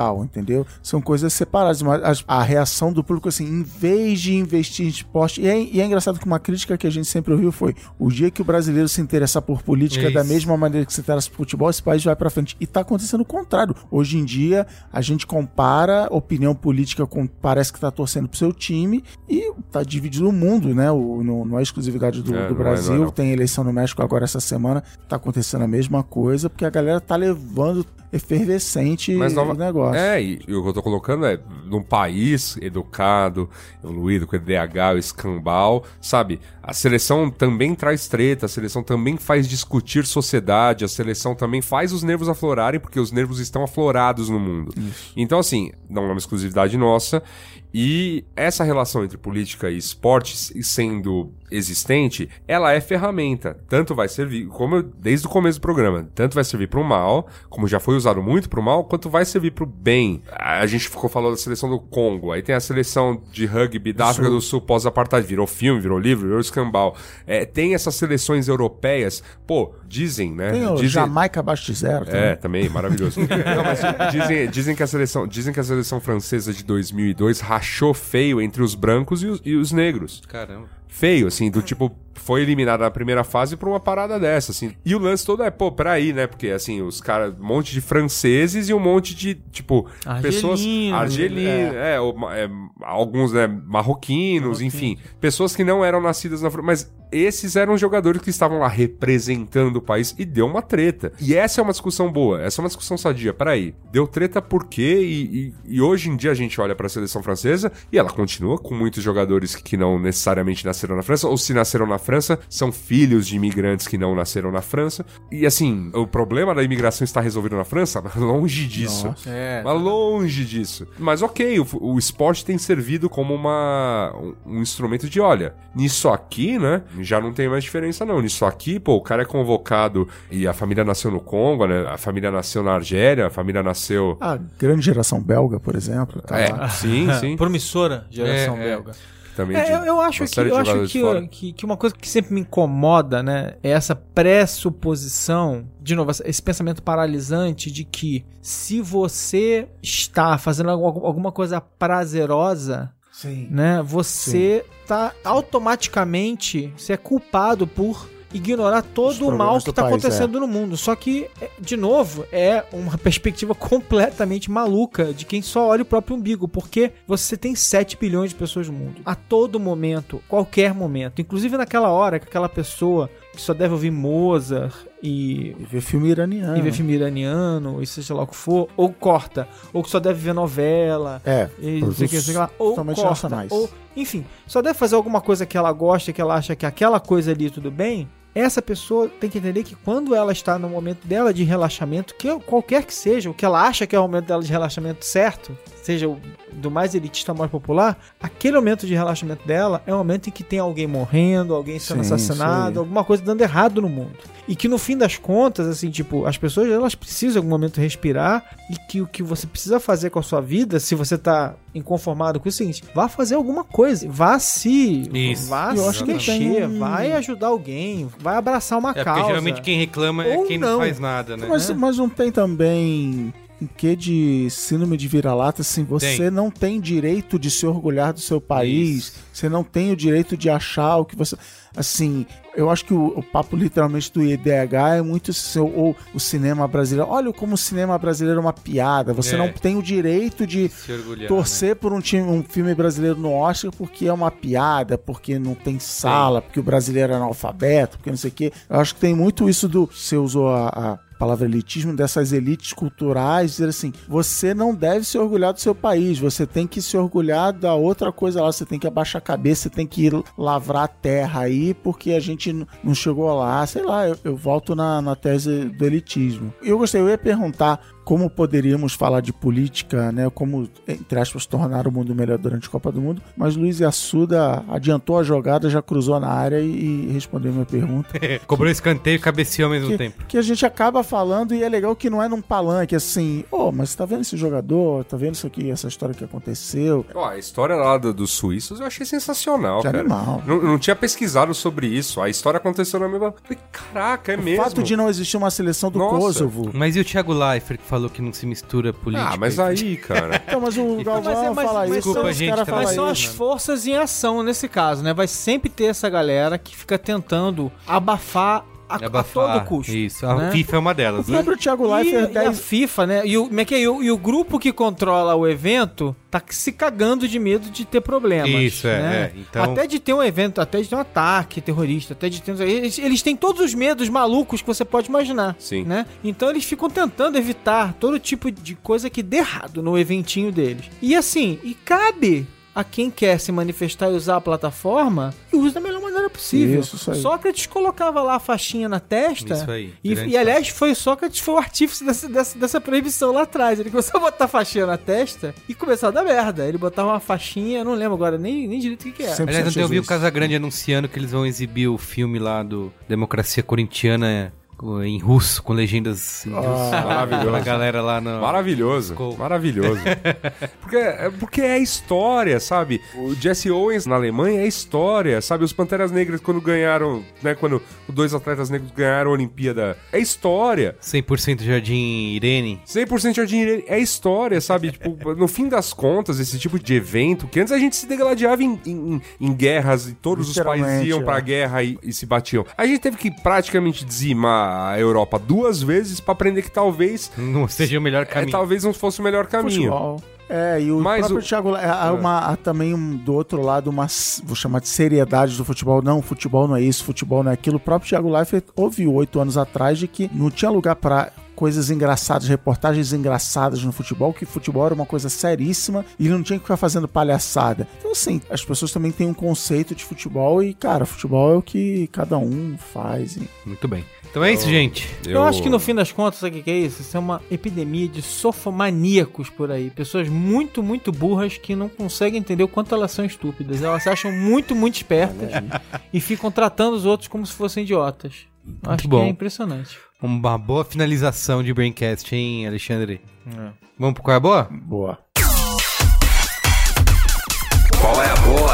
Speaker 4: social, entendeu? São coisas separadas, mas a, a reação do público, assim, em vez de investir em esporte, e é, e é engraçado que uma crítica que a gente sempre ouviu foi, o dia que o brasileiro se interessar por política
Speaker 2: Isso.
Speaker 4: da mesma maneira que se interessa por futebol, esse país vai pra frente. E tá acontecendo o contrário. Hoje em dia, a gente compara opinião política com, parece que tá torcendo pro seu time, e tá dividido o mundo, né? O, no, não é exclusividade do,
Speaker 5: É,
Speaker 4: do
Speaker 5: não é,
Speaker 4: Brasil,
Speaker 5: não é, não.
Speaker 4: tem eleição no México agora essa semana, tá acontecendo a mesma coisa, porque a galera tá levando efervescente
Speaker 5: Mas nova...
Speaker 4: o negócio.
Speaker 5: É, e, e o que eu tô colocando é, num país educado, evoluído, com E D H, o escambau, sabe? A seleção também traz treta, a seleção também faz discutir sociedade, a seleção também faz os nervos aflorarem, porque os nervos estão aflorados no mundo. Isso. Então, assim, não é uma exclusividade nossa, e essa relação entre política e esporte sendo existente, ela é ferramenta. Tanto vai servir, como eu, desde o começo do programa, tanto vai servir pro mal, como já foi usado muito pro mal, quanto vai servir pro bem. A gente ficou falando da seleção do Congo, aí tem a seleção de rugby da África do Sul pós-apartheid, virou filme, virou livro, virou escambau. É, tem essas seleções europeias, pô, dizem, né?
Speaker 4: Tem o
Speaker 5: dizem...
Speaker 4: Jamaica abaixo de zero. Também.
Speaker 5: É, também, maravilhoso. Não, mas dizem, dizem, que a seleção, dizem que a seleção francesa de dois mil e dois rachou feio entre os brancos e os, e os negros.
Speaker 2: Caramba.
Speaker 5: Feio, assim, do tipo, foi eliminado na primeira fase por uma parada dessa, assim. E o lance todo é, pô, peraí, né? Porque, assim, os caras, um monte de franceses e um monte de, tipo,
Speaker 3: Argelino,
Speaker 5: pessoas... Argelinos, é, é, o- é, alguns, né, marroquinos, enfim. Pessoas que não eram nascidas na França, mas esses eram jogadores que estavam lá representando o país e deu uma treta. E essa é uma discussão boa, essa é uma discussão sadia. Peraí, deu treta por quê? E, e, e hoje em dia a gente olha pra seleção francesa e ela continua com muitos jogadores que não necessariamente nasceram na França, ou se nasceram na França, são filhos de imigrantes que não nasceram na França. E assim, o problema da imigração está resolvido na França? Longe disso.
Speaker 3: É.
Speaker 5: Mas longe disso. Mas ok, o, o esporte tem servido como uma, um, um instrumento de, olha, nisso aqui, né, já não tem mais diferença não. Nisso aqui, pô, o cara é convocado e a família nasceu no Congo, né, a família nasceu na Argélia, a família nasceu...
Speaker 4: A grande geração belga, por exemplo. Tá
Speaker 5: É,
Speaker 4: lá.
Speaker 5: sim, sim.
Speaker 3: Promissora geração
Speaker 2: É, é.
Speaker 3: belga.
Speaker 5: Também
Speaker 3: É,
Speaker 5: de
Speaker 3: eu, eu acho
Speaker 5: uma
Speaker 3: que,
Speaker 5: série de
Speaker 3: eu acho
Speaker 5: jogadores de fora.
Speaker 3: que, que, que uma coisa que sempre me incomoda, né, é essa pressuposição, de novo, esse pensamento paralisante de que se você está fazendo algu- alguma coisa prazerosa,
Speaker 4: Sim.
Speaker 3: né, você está automaticamente, você é culpado por ignorar
Speaker 4: Os
Speaker 3: todo o
Speaker 4: problemas
Speaker 3: mal
Speaker 4: do
Speaker 3: que está
Speaker 4: país,
Speaker 3: acontecendo no mundo. Só que, é, de novo, é uma perspectiva completamente maluca de quem só olha o próprio umbigo, porque você tem sete bilhões de pessoas no mundo. A todo momento, qualquer momento, inclusive naquela hora que aquela pessoa que só deve ouvir Mozart e
Speaker 4: E ver filme iraniano.
Speaker 3: e ver filme iraniano, e seja lá o que for, ou corta, ou que só deve ver novela,
Speaker 4: É,
Speaker 3: e não sei o que, não sei o que lá, ou
Speaker 4: totalmente
Speaker 3: corta,
Speaker 4: nacionais.
Speaker 3: ou, enfim, só deve fazer alguma coisa que ela gosta, que ela acha que aquela coisa ali tudo bem. Essa pessoa tem que entender que quando ela está no momento dela de relaxamento, que qualquer que seja, o que ela acha que é o momento dela de relaxamento certo, seja o do mais elitista ao mais popular, aquele momento de relaxamento dela é o momento em que tem alguém morrendo, alguém sendo
Speaker 4: Sim,
Speaker 3: assassinado,
Speaker 4: isso aí.
Speaker 3: alguma coisa dando errado no mundo. E que no fim das contas, assim, tipo, as pessoas elas precisam em algum momento respirar, e que o que você precisa fazer com a sua vida, se você tá inconformado com isso, é o seguinte, vá fazer alguma coisa, vá se,
Speaker 2: Isso.
Speaker 3: vá
Speaker 4: Eu
Speaker 3: se
Speaker 4: acho que
Speaker 3: mexer,
Speaker 4: tem um-
Speaker 3: vai ajudar alguém, vai abraçar uma
Speaker 2: É
Speaker 3: causa.
Speaker 2: porque geralmente quem reclama é
Speaker 3: Ou
Speaker 2: quem não
Speaker 3: não.
Speaker 2: faz nada, né?
Speaker 4: Mas, mas não tem também um quê de síndrome de vira-lata? Assim, você
Speaker 2: Tem.
Speaker 4: não tem direito de se orgulhar do seu país, você não tem o direito de achar o que você... Assim, eu acho que o, o papo literalmente do I D H é muito seu, ou o cinema brasileiro. Olha como o cinema brasileiro é uma piada. Você
Speaker 2: É.
Speaker 4: não tem o direito de
Speaker 2: Se orgulhar,
Speaker 4: torcer por um, time, um filme brasileiro no Oscar porque é uma piada, porque não tem sala, porque o brasileiro é analfabeto, porque não sei o quê. Eu acho que tem muito isso do... Você usou a... a palavra elitismo, dessas elites culturais, dizer assim, você não deve se orgulhar do seu país, você tem que se orgulhar da outra coisa lá, você tem que abaixar a cabeça, você tem que ir lavrar a terra aí, porque a gente n- não chegou lá, sei lá, eu, eu volto na, na tese do elitismo. Eu gostei, eu ia perguntar como poderíamos falar de política, né, como, entre aspas, tornar o mundo melhor durante a Copa do Mundo, mas Luiz Assuda adiantou a jogada, já cruzou na área e, e respondeu a minha pergunta.
Speaker 2: né? Cobrou escanteio e cabeceou ao mesmo
Speaker 4: Que,
Speaker 2: tempo.
Speaker 4: que a gente acaba falando e é legal que não é num palanque assim, ô, oh, mas você tá vendo esse jogador, tá vendo isso aqui, essa história que aconteceu?
Speaker 5: Ó, a história lá do- dos suíços eu achei sensacional,
Speaker 4: Que
Speaker 5: cara.
Speaker 4: animal.
Speaker 5: Não, não tinha pesquisado sobre isso. A história aconteceu na mesma... Falei, caraca, é
Speaker 4: O
Speaker 5: mesmo.
Speaker 4: fato de não existir uma seleção do
Speaker 5: Nossa.
Speaker 4: Kosovo.
Speaker 2: Mas e o Thiago Leifert que falou falou que não se mistura política.
Speaker 5: Ah, mas aí, cara...
Speaker 4: Então, mas o Galvão
Speaker 3: Mas é- mas-
Speaker 4: fala
Speaker 3: mas
Speaker 4: isso,
Speaker 2: desculpa,
Speaker 4: os
Speaker 2: gente,
Speaker 4: caras
Speaker 2: tá
Speaker 4: falam
Speaker 3: Mas são
Speaker 2: isso,
Speaker 3: as
Speaker 2: mano.
Speaker 3: forças em ação nesse caso, né? Vai sempre ter essa galera que fica tentando abafar a, a
Speaker 2: Abafar.
Speaker 3: todo custo.
Speaker 2: Isso, a
Speaker 3: né?
Speaker 2: FIFA é uma
Speaker 4: O
Speaker 2: delas, né?
Speaker 4: próprio Thiago
Speaker 3: E,
Speaker 4: Leifert,
Speaker 3: e a
Speaker 4: dez
Speaker 3: FIFA, né? E o, como é que é? E o, e o grupo que controla o evento tá se cagando de medo de ter problemas.
Speaker 2: Isso, é,
Speaker 3: né?
Speaker 2: é, então-
Speaker 3: Até de ter um evento, até de ter um ataque terrorista, até de ter... Eles, eles têm todos os medos malucos que você pode imaginar.
Speaker 5: Sim.
Speaker 3: Né? Então eles ficam tentando evitar todo tipo de coisa que dê errado no eventinho deles. E assim, e cabe a quem quer se manifestar e usar a plataforma e use da melhor maneira possível.
Speaker 4: Isso, isso aí.
Speaker 3: Sócrates colocava lá a faixinha na testa.
Speaker 2: Isso aí,
Speaker 3: E,
Speaker 2: grande
Speaker 3: e aliás, foi o Sócrates foi o artífice dessa, dessa, dessa proibição lá atrás. Ele começou a botar a faixinha na testa e começou a dar merda. Ele botava uma faixinha, eu não lembro agora nem, nem direito o que, que era.
Speaker 4: Sempre.
Speaker 2: Aliás, ontem eu vi o
Speaker 4: Jesus.
Speaker 2: Casagrande anunciando que eles vão exibir o filme lá do Democracia Corintiana em russo, com legendas em russo.
Speaker 5: maravilhoso.
Speaker 2: A galera lá no...
Speaker 5: Maravilhoso,
Speaker 2: Moscou.
Speaker 5: maravilhoso. Porque, é- porque é história, sabe? O Jesse Owens na Alemanha é história, sabe? Os Panteras Negras quando ganharam, né? Quando os dois atletas negros ganharam a Olimpíada, é história.
Speaker 2: cem por cento Jardim Irene.
Speaker 5: cem por cento Jardim Irene é história, sabe? Tipo, no fim das contas, esse tipo de evento, que antes a gente se degladiava em, em, em guerras e todos os países
Speaker 4: Literalmente,
Speaker 5: iam
Speaker 4: é.
Speaker 5: pra guerra e, e se batiam. A gente teve que praticamente dizimar a Europa duas vezes pra aprender que talvez,
Speaker 2: Não seja o melhor
Speaker 5: é,
Speaker 2: caminho.
Speaker 5: talvez não fosse o melhor caminho.
Speaker 4: Futebol. É, e o
Speaker 5: Mas
Speaker 4: próprio
Speaker 5: o-
Speaker 4: Thiago Le- há, uma, há também um, do outro lado uma, s- vou chamar de seriedade do futebol. Não, futebol não é isso, futebol não é aquilo. O próprio Thiago Leifert ouviu oito anos atrás de que não tinha lugar pra coisas engraçadas, reportagens engraçadas no futebol, que futebol era uma coisa seríssima e ele não tinha que ficar fazendo palhaçada. Então, assim, as pessoas também têm um conceito de futebol e, cara, futebol é o que cada um faz. E...
Speaker 2: Muito bem. Então é isso, gente.
Speaker 3: Eu... acho que no fim das contas, sabe o que que é isso? Isso é uma epidemia de sofomaníacos por aí. Pessoas muito, muito burras que não conseguem entender o quanto elas são estúpidas. Elas se acham muito, muito espertas e ficam tratando os outros como se fossem idiotas. Eu acho
Speaker 2: bom.
Speaker 3: que é impressionante.
Speaker 2: Uma boa finalização de Braincast, hein, Alexandre? Vamos pro qual é a boa?
Speaker 4: Boa.
Speaker 1: Qual é a boa?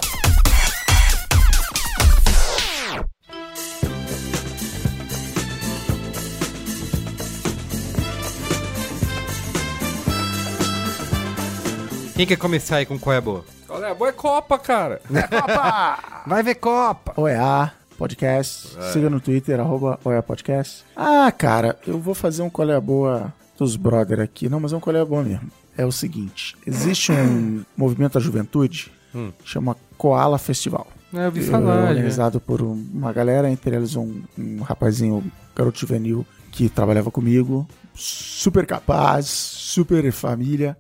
Speaker 2: Quem quer começar aí com qual é a boa?
Speaker 5: Olha, boa é Copa, cara.
Speaker 2: Vai ver Copa!
Speaker 4: O E A Podcast. Siga no Twitter, arroba O E A Podcast. Ah, cara, eu vou fazer um colher boa dos brother aqui. Não, mas é um colher boa mesmo. É o seguinte, existe um movimento da juventude,
Speaker 2: Hum.
Speaker 4: chama Koala Festival.
Speaker 2: Eu ouvi
Speaker 4: É
Speaker 2: falar, já.
Speaker 4: organizado por um- uma galera, entre eles um, um rapazinho, garoto juvenil, que trabalhava comigo, super capaz, super família.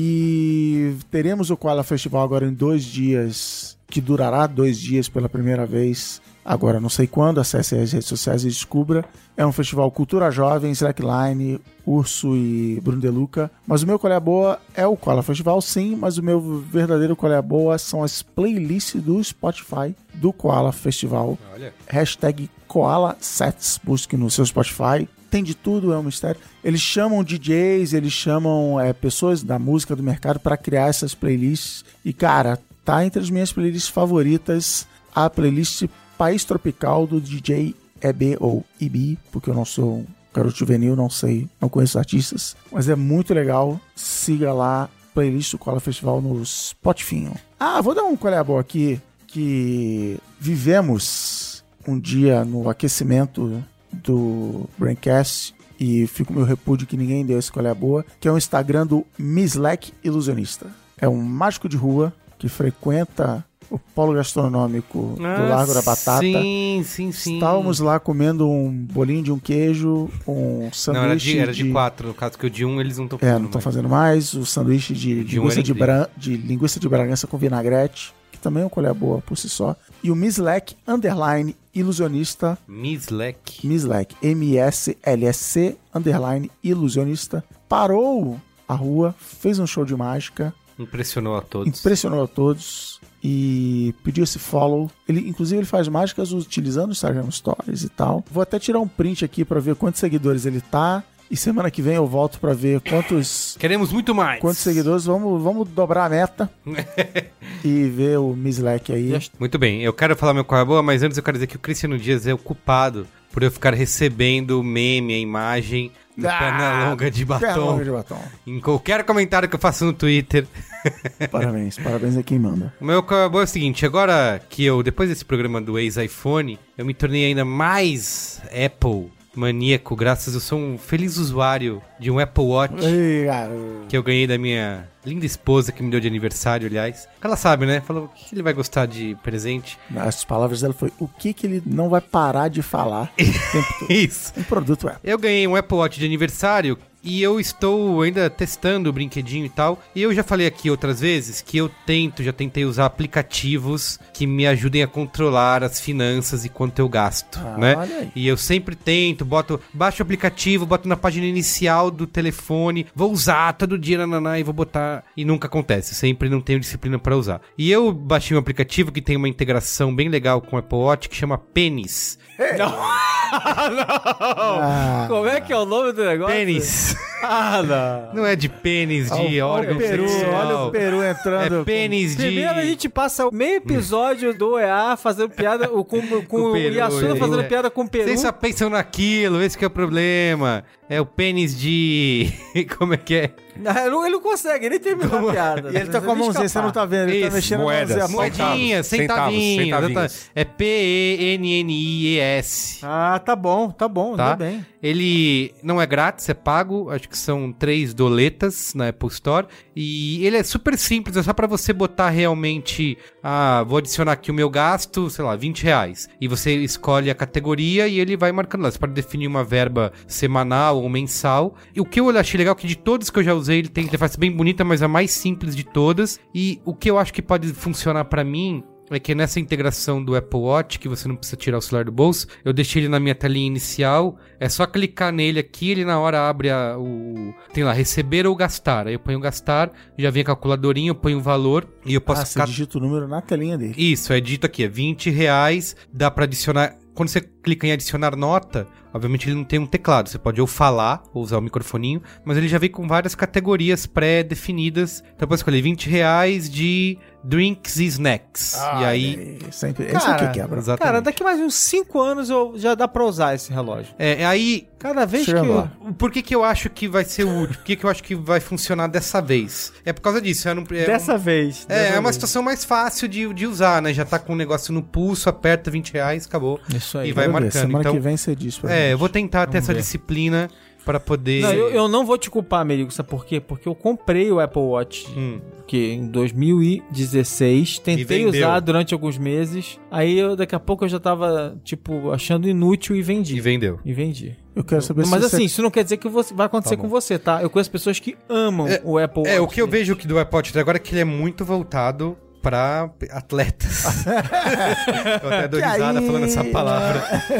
Speaker 4: E teremos o Koala Festival agora em dois dias, que durará dois dias pela primeira vez. Agora, não sei quando, acesse as redes sociais e descubra. É um festival Cultura Jovem, Slackline, Urso e Bruno De Luca. Mas o meu Colher Boa é o Koala Festival, sim, mas o meu verdadeiro Colher Boa são as playlists do Spotify do Koala Festival.
Speaker 2: Olha.
Speaker 4: Hashtag Koala Sets, busque no seu Spotify. Tem de tudo, é um mistério. Eles chamam D Js, eles chamam é, pessoas da música do mercado para criar essas playlists. E, cara, tá entre as minhas playlists favoritas a playlist País Tropical do D J E B ou I B, porque eu não sou um garoto juvenil, não sei, não conheço artistas. Mas é muito legal. Siga lá, playlist do Koala Festival no Spotify. Ah, vou dar um colher boa aqui, que vivemos um dia no aquecimento do Braincast e fica o meu repúdio que ninguém deu esse colher boa, que é o Instagram do Mislack Ilusionista. É um mágico de rua que frequenta o polo gastronômico do Largo da Batata.
Speaker 2: Sim, sim, sim.
Speaker 4: Estávamos lá comendo um bolinho de um queijo, um
Speaker 2: Não,
Speaker 4: sanduíche
Speaker 2: era de, era de quatro, no caso que o de um eles não estão
Speaker 4: É,
Speaker 2: fazendo
Speaker 4: não estão
Speaker 2: mais.
Speaker 4: fazendo mais. O sanduíche de,
Speaker 2: De um
Speaker 4: linguiça,
Speaker 2: era
Speaker 4: de,
Speaker 2: incrível.
Speaker 4: bran... de linguiça de Bragança com vinagrete, que também é uma colher boa por si só. E o Mislack Underline Ilusionista,
Speaker 2: Mislack.
Speaker 4: Mislack, M S L S C Underline Ilusionista, parou a rua, fez um show de mágica,
Speaker 2: Impressionou a todos.
Speaker 4: impressionou a todos e pediu esse follow. Ele, inclusive, ele faz mágicas utilizando o Instagram Stories e tal. Vou até tirar um print aqui pra ver quantos seguidores ele tá. E semana que vem eu volto pra ver quantos,
Speaker 2: Queremos muito mais.
Speaker 4: quantos seguidores. Vamos, vamos dobrar a meta e ver o Mislack aí.
Speaker 2: Muito bem, eu quero falar meu qual é a boa, mas antes eu quero dizer que o Cristiano Dias é o culpado por eu ficar recebendo o meme, a imagem do Perna Longa de
Speaker 4: Perna
Speaker 2: Batom.
Speaker 4: longa de batom.
Speaker 2: Em qualquer comentário que eu faço no Twitter.
Speaker 4: Parabéns, parabéns a quem manda.
Speaker 2: O meu acabou é o seguinte, agora que eu, depois desse programa do ex-iPhone, eu me tornei ainda mais Apple maníaco, graças, eu sou um feliz usuário de um Apple Watch
Speaker 4: Ei, cara.
Speaker 2: que eu ganhei da minha linda esposa, que me deu de aniversário, aliás. Ela sabe, né? Falou o que ele vai gostar de presente.
Speaker 4: As palavras dela foi o que que ele não vai parar de falar o tempo todo.
Speaker 2: Isso.
Speaker 4: Um produto Apple.
Speaker 2: Eu ganhei um Apple Watch de aniversário e eu estou ainda testando o brinquedinho e tal. E eu já falei aqui outras vezes que eu tento, já tentei usar aplicativos que me ajudem a controlar as finanças e quanto eu gasto,
Speaker 4: Ah,
Speaker 2: né?
Speaker 4: olha aí.
Speaker 2: E eu sempre tento, boto, baixo o aplicativo, boto na página inicial do telefone, vou usar todo dia, nananá, e vou botar, e nunca acontece, sempre não tenho disciplina pra usar. E eu baixei um aplicativo que tem uma integração bem legal com o Apple Watch, que chama Pênis.
Speaker 4: Ah,
Speaker 3: Como é que é o nome do negócio?
Speaker 2: Pênis.
Speaker 3: Ah, não.
Speaker 2: Não é de pênis, de
Speaker 4: olha
Speaker 2: órgão
Speaker 4: o Peru,
Speaker 2: sexual.
Speaker 4: olha o Peru entrando.
Speaker 2: É pênis de...
Speaker 3: Primeiro a gente passa meio episódio do E A fazendo piada com, com, com o
Speaker 2: Peru,
Speaker 3: Yasuna
Speaker 2: é.
Speaker 3: fazendo piada com o Peru.
Speaker 2: Vocês só pensam naquilo, esse que é o problema. É o pênis de... Como é que é?
Speaker 3: Ele não, ele não consegue, nem terminou a piada.
Speaker 4: E ele tá com a mãozinha, você não tá vendo, ele tá
Speaker 2: Isso,
Speaker 4: mexendo
Speaker 5: moedas,
Speaker 4: a mãozinha.
Speaker 2: Moedinha,
Speaker 5: Centavos,
Speaker 2: centavinhos.
Speaker 5: centavos,
Speaker 2: exatamente. É P E N N I E S.
Speaker 3: Ah, tá bom, tá bom,
Speaker 2: Tá?
Speaker 3: tá bem.
Speaker 2: Ele não é grátis, é pago. Acho que são três doletas na Apple Store. E ele é super simples, é só pra você botar realmente... Ah, vou adicionar aqui o meu gasto, sei lá, vinte reais. E você escolhe a categoria e ele vai marcando lá. Você pode definir uma verba semanal ou mensal. E o que eu achei legal é que de todas que eu já usei, ele tem interface bem bonita, mas a mais simples de todas. E o que eu acho que pode funcionar pra mim... é que nessa integração do Apple Watch, que você não precisa tirar o celular do bolso, eu deixei ele na minha telinha inicial, é só clicar nele aqui, ele na hora abre a, o... tem lá, receber ou gastar. Aí eu ponho gastar, já vem a calculadorinha, eu ponho o valor e eu posso
Speaker 4: Ah, você
Speaker 2: ficar...
Speaker 4: digita o número na telinha dele.
Speaker 2: Isso, é dito aqui, é vinte reais, dá pra adicionar... Quando você clica em adicionar nota, obviamente ele não tem um teclado, você pode ou falar, ou usar o microfoninho, mas ele já vem com várias categorias pré-definidas. Então pode escolher vinte reais de drinks e snacks.
Speaker 4: Ah,
Speaker 2: e aí...
Speaker 4: é, sempre, esse é o
Speaker 3: Cara,
Speaker 4: que quebra.
Speaker 2: Exatamente.
Speaker 3: Cara, daqui mais uns cinco anos eu, já dá pra usar esse relógio.
Speaker 2: É, aí...
Speaker 3: Cada vez
Speaker 4: Chega
Speaker 3: que...
Speaker 4: lá.
Speaker 2: Por que que eu acho que vai ser útil? Por que que eu acho que vai funcionar dessa vez? É por causa disso. É, não- é
Speaker 3: Dessa
Speaker 2: um-
Speaker 3: vez.
Speaker 2: É,
Speaker 3: dessa
Speaker 2: é uma
Speaker 3: vez.
Speaker 2: situação mais fácil de, de usar, né? Já tá com o negócio no pulso, aperta vinte reais, acabou.
Speaker 3: Isso aí.
Speaker 2: E vai
Speaker 4: Quero ver,
Speaker 2: marcando.
Speaker 4: Semana
Speaker 2: Então,
Speaker 4: que vem você diz pra
Speaker 2: é,
Speaker 4: gente.
Speaker 2: eu vou tentar ter
Speaker 3: Vamos
Speaker 2: essa
Speaker 3: ver.
Speaker 2: disciplina pra poder...
Speaker 3: Não, eu, eu não vou te culpar, Merigo, sabe por quê? Porque eu comprei o Apple Watch
Speaker 2: Hum.
Speaker 3: que em dois mil e dezesseis, tentei
Speaker 2: vendeu.
Speaker 3: usar durante alguns meses, aí eu, daqui a pouco eu já tava, tipo, achando inútil e vendi.
Speaker 2: E vendeu.
Speaker 3: E vendi.
Speaker 4: Eu quero saber
Speaker 3: Mas
Speaker 4: se
Speaker 3: assim,
Speaker 4: você...
Speaker 3: isso não quer dizer que você, vai acontecer
Speaker 2: Tá
Speaker 3: com
Speaker 2: bom.
Speaker 3: você, tá? Eu conheço pessoas que amam
Speaker 2: É,
Speaker 3: o Apple Watch.
Speaker 2: É, o que eu vejo que do Apple Watch agora é que ele é muito voltado pra atletas. Eu até dou
Speaker 4: Que
Speaker 2: risada
Speaker 4: aí-
Speaker 2: falando essa palavra.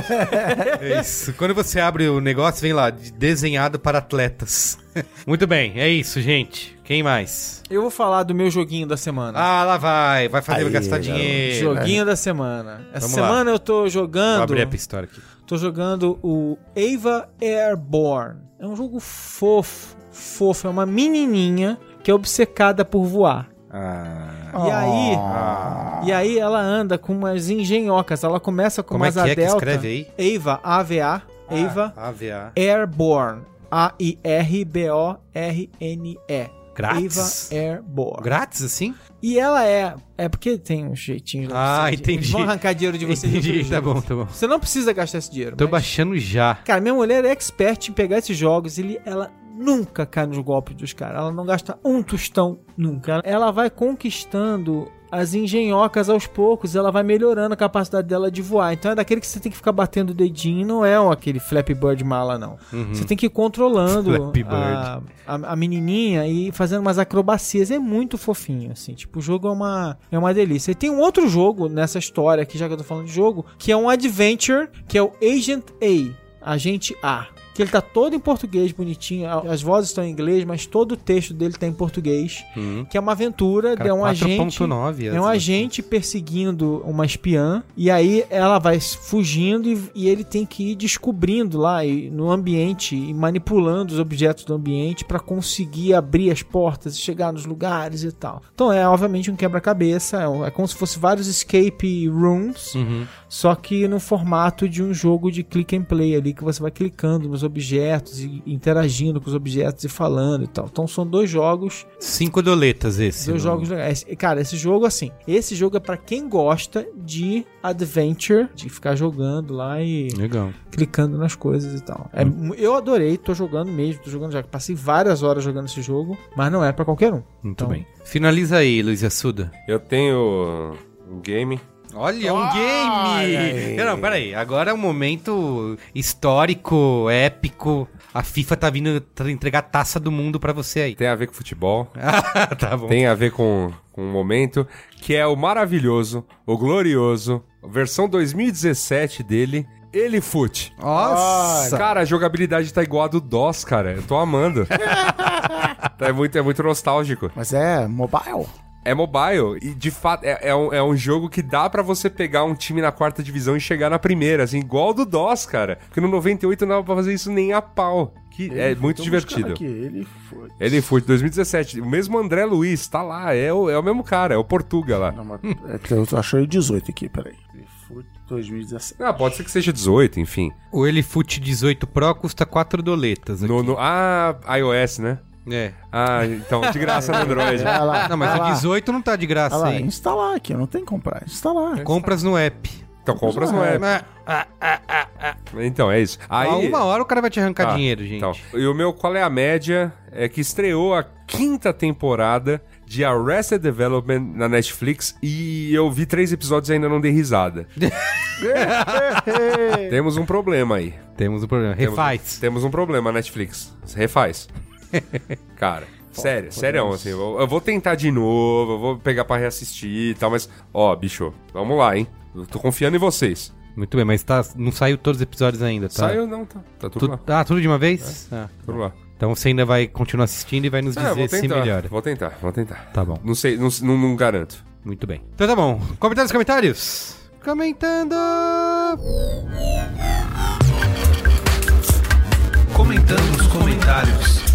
Speaker 2: É isso. Quando você abre o negócio, vem lá, de- desenhado para atletas. Muito bem, é isso, gente. Quem mais?
Speaker 3: Eu vou falar do meu joguinho da semana.
Speaker 2: Ah, lá vai. Vai fazer
Speaker 4: Aí,
Speaker 2: gastar
Speaker 4: garoto.
Speaker 2: dinheiro.
Speaker 3: Joguinho da semana. Essa
Speaker 2: Vamos lá.
Speaker 3: semana eu tô
Speaker 2: Vou
Speaker 3: jogando...
Speaker 2: abrir a história aqui.
Speaker 3: Tô jogando o Ava Airborne. É um jogo fofo, fofo. É uma menininha que é obcecada por voar.
Speaker 2: Ah.
Speaker 3: E aí,
Speaker 4: Ah.
Speaker 3: e aí ela anda com umas engenhocas. Ela começa com
Speaker 2: Como é
Speaker 3: umas
Speaker 2: que é que
Speaker 3: delta.
Speaker 2: escreve aí?
Speaker 3: Ava, A V A, Ava
Speaker 2: A V A.
Speaker 3: Airborne. A I R B O R N E.
Speaker 2: Grátis?
Speaker 3: Ava Airborne.
Speaker 2: Grátis, assim?
Speaker 3: E ela é... É porque tem um jeitinho...
Speaker 2: Ah,
Speaker 3: Eles
Speaker 2: entendi.
Speaker 3: vão arrancar dinheiro de você. de
Speaker 2: Entendi,
Speaker 3: outros
Speaker 2: tá
Speaker 3: jogos.
Speaker 2: bom, tá bom.
Speaker 3: Você não precisa gastar esse dinheiro.
Speaker 2: Tô
Speaker 3: mas-
Speaker 2: baixando já.
Speaker 3: Cara, minha mulher é expert em pegar esses jogos. Ele, ela nunca cai nos golpes dos caras. Ela não gasta um tostão nunca. Ela vai conquistando as engenhocas aos poucos. Ela vai melhorando a capacidade dela de voar. Então é daquele que você tem que ficar batendo o dedinho. Não é aquele Flappy Bird mala, não.
Speaker 2: Uhum.
Speaker 3: Você tem que ir controlando
Speaker 2: Flappy
Speaker 3: a, a, a menininha e fazendo umas acrobacias. É muito fofinho, assim. Tipo, o jogo é uma, é uma delícia. E tem um outro jogo nessa história aqui, já que eu tô falando de jogo, que é um adventure, que é o Agent A. Agente A. Que ele tá todo em português, bonitinho. As vozes estão em inglês, mas todo o texto dele tá em português.
Speaker 2: Hum.
Speaker 3: Que é uma aventura,
Speaker 2: Cara,
Speaker 3: é um
Speaker 2: quatro
Speaker 3: agente...
Speaker 2: ponto nove,
Speaker 3: É um
Speaker 2: as-
Speaker 3: agente perseguindo uma espiã. E aí ela vai fugindo e, e ele tem que ir descobrindo lá e, no ambiente e manipulando os objetos do ambiente pra conseguir abrir as portas e chegar nos lugares e tal. Então é obviamente um quebra-cabeça. É, um- é como se fosse vários escape rooms.
Speaker 2: Uhum.
Speaker 3: Só que no formato de um jogo de click and play ali, que você vai clicando nos os objetos e interagindo com os objetos e falando e tal. Então são dois jogos...
Speaker 2: Cinco doletas esse.
Speaker 3: Dois jogos legais. Cara, esse jogo, assim, esse jogo é pra quem gosta de adventure, de ficar jogando lá e...
Speaker 2: Legal.
Speaker 3: Clicando nas coisas e tal. É,
Speaker 2: Hum.
Speaker 3: Eu adorei, tô jogando mesmo, tô jogando já. Passei várias horas jogando esse jogo, mas não é pra qualquer um.
Speaker 2: Muito
Speaker 3: Então,
Speaker 2: bem. Finaliza aí, Luiz Assuda.
Speaker 5: Eu tenho um game.
Speaker 2: Olha, um game! Não, peraí. Agora é um momento histórico, épico. A FIFA tá vindo tra- entregar a taça do mundo pra você aí.
Speaker 5: Tem a ver com futebol.
Speaker 2: Ah, tá bom.
Speaker 5: Tem a ver com, com um momento que é o maravilhoso, o glorioso, versão dois mil e dezessete dele, Elifoot.
Speaker 2: Nossa!
Speaker 5: Cara, a jogabilidade tá igual a do DOS, cara. Eu tô amando. é, muito, é muito nostálgico.
Speaker 4: Mas é mobile.
Speaker 5: É mobile e, de fato, é, é, um, é um jogo que dá pra você pegar um time na quarta divisão e chegar na primeira, assim, igual ao do DOS, cara. Porque no noventa e oito não dava pra fazer isso nem a pau. Que é muito
Speaker 4: Tô
Speaker 5: divertido.
Speaker 4: buscando aqui, ele foi.
Speaker 5: Ele foi de dois mil e dezessete. O mesmo André Luiz, tá lá. É o, é o mesmo cara, é o Portuga lá.
Speaker 4: Não, mas é que eu achei dezoito aqui, peraí. Ele foi dois mil e dezessete.
Speaker 5: Ah, pode ser que seja dezoito, enfim.
Speaker 2: O Elifoot dezoito Pro custa quatro doletas aqui.
Speaker 5: No, no, ah, iOS, né?
Speaker 2: É.
Speaker 5: Ah, então, de graça no Android.
Speaker 4: Vai lá,
Speaker 2: Não, mas
Speaker 4: vai
Speaker 2: o
Speaker 4: lá.
Speaker 2: dezoito não tá de graça
Speaker 4: Vai lá,
Speaker 2: aí.
Speaker 4: instalar aqui, não tem que comprar. Instalar.
Speaker 2: Compras no app.
Speaker 5: Então, compras no app.
Speaker 2: Ah, ah, ah, ah.
Speaker 5: Então, é isso. Aí,
Speaker 2: A uma hora o cara vai te arrancar
Speaker 5: Tá,
Speaker 2: dinheiro, gente.
Speaker 5: Então, e o meu qual é a média? É que estreou a quinta temporada de Arrested Development na Netflix e eu vi três episódios e ainda não dei risada. Temos um problema aí.
Speaker 2: Temos um problema.
Speaker 5: Temos-
Speaker 2: Refaz.
Speaker 5: Temos um problema, Netflix. Refaz. Cara, sério, sério, assim, eu, eu vou tentar de novo, eu vou pegar pra reassistir e tal, mas, ó, bicho, vamos lá, hein? Eu tô confiando em vocês.
Speaker 2: Muito bem, mas tá, não saiu todos os episódios ainda, tá?
Speaker 5: Saiu, não, tá, tá tudo
Speaker 2: Tu-
Speaker 5: lá.
Speaker 2: Ah, tudo de uma vez? Ah.
Speaker 5: Tudo lá.
Speaker 2: Então você ainda vai continuar assistindo e vai nos
Speaker 5: É,
Speaker 2: dizer
Speaker 5: vou
Speaker 2: se
Speaker 5: tentar,
Speaker 2: melhora.
Speaker 5: vou tentar, vou tentar.
Speaker 2: Tá bom,
Speaker 5: Não sei, não, não, não garanto.
Speaker 2: muito bem. Então tá bom. Comentários, comentários? Comentando!
Speaker 6: Comentando nos comentários.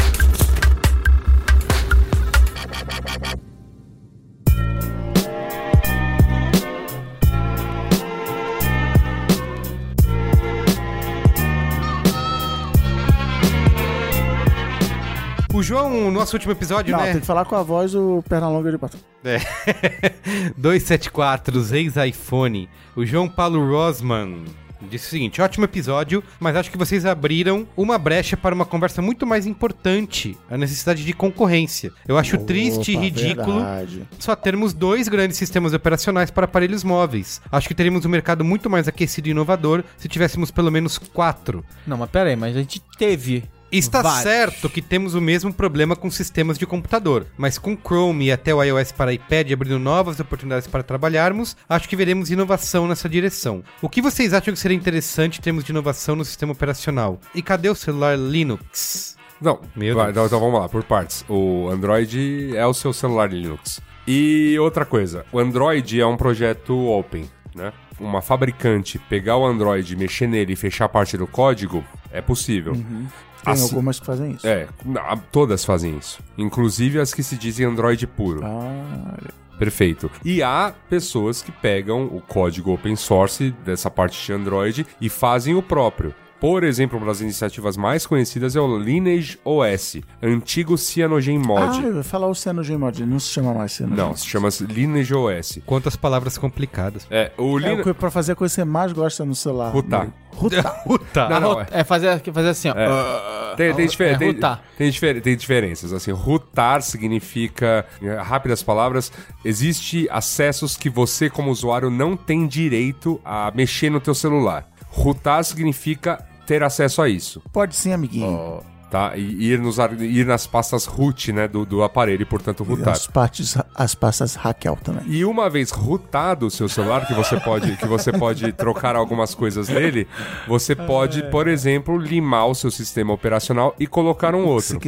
Speaker 2: O João, nosso último episódio,
Speaker 4: Não,
Speaker 2: né?
Speaker 4: tem que falar com a voz do Pernalonga de Batom.
Speaker 2: É. dois sete quatro, ex-iPhone. O João Paulo Rosman disse o seguinte: ótimo episódio, mas acho que vocês abriram uma brecha para uma conversa muito mais importante, a necessidade de concorrência. Eu acho triste e
Speaker 4: Opa,
Speaker 2: ridículo
Speaker 4: verdade.
Speaker 2: só termos dois grandes sistemas operacionais para aparelhos móveis. Acho que teríamos um mercado muito mais aquecido e inovador se tivéssemos pelo menos quatro.
Speaker 3: Não, mas pera aí, mas a gente teve...
Speaker 2: Está
Speaker 3: vários.
Speaker 2: certo que temos o mesmo problema com sistemas de computador, mas com Chrome e até o iOS para iPad abrindo novas oportunidades para trabalharmos, acho que veremos inovação nessa direção. O que vocês acham que seria interessante em termos de inovação no sistema operacional? E cadê o celular Linux?
Speaker 5: Não,
Speaker 2: Meu
Speaker 5: vai,
Speaker 2: Deus.
Speaker 5: então, então vamos lá, por partes. O Android é o seu celular Linux. E outra coisa, o Android é um projeto open, né? Uma fabricante pegar o Android, mexer nele e fechar parte do código, é possível.
Speaker 4: Tem
Speaker 5: Assim-
Speaker 4: algumas que fazem isso.
Speaker 5: É, na- todas fazem isso. Inclusive as que se dizem Android puro.
Speaker 4: Ah,
Speaker 5: Perfeito. E há pessoas que pegam o código open source dessa parte de Android e fazem o próprio. Por exemplo, uma das iniciativas mais conhecidas é o Lineage O S, antigo CyanogenMod.
Speaker 4: ah, eu ia falar o CyanogenMod, não se chama mais CyanogenMod.
Speaker 5: Não, se chama Lineage O S.
Speaker 2: Quantas palavras complicadas.
Speaker 5: É, o
Speaker 4: É o
Speaker 5: Lineage...
Speaker 4: que pra fazer a coisa que você mais gosta no celular.
Speaker 5: Rutar.
Speaker 4: Rutar.
Speaker 2: Puta!
Speaker 5: Não, não,
Speaker 3: Arro- é fazer, fazer assim, ó.
Speaker 5: Tem, tem, difer-
Speaker 3: É,
Speaker 5: tem-
Speaker 3: rootar.
Speaker 5: tem difer- tem diferenças. Assim, rootar significa, em rápidas palavras, existe acessos que você, como usuário, não tem direito a mexer no teu celular. Rootar significa ter acesso a isso.
Speaker 4: Pode sim, amiguinho.
Speaker 5: Tá? E ir, nos, ar- ir nas pastas root, né, do, do aparelho e, portanto,
Speaker 4: E
Speaker 5: rootar.
Speaker 4: as, partes, as pastas Raquel também.
Speaker 5: E uma vez rootado o seu celular, que você pode, que você pode trocar algumas coisas nele, você pode, por exemplo, limar o seu sistema operacional e colocar um
Speaker 4: Se
Speaker 5: outro.
Speaker 4: quiser.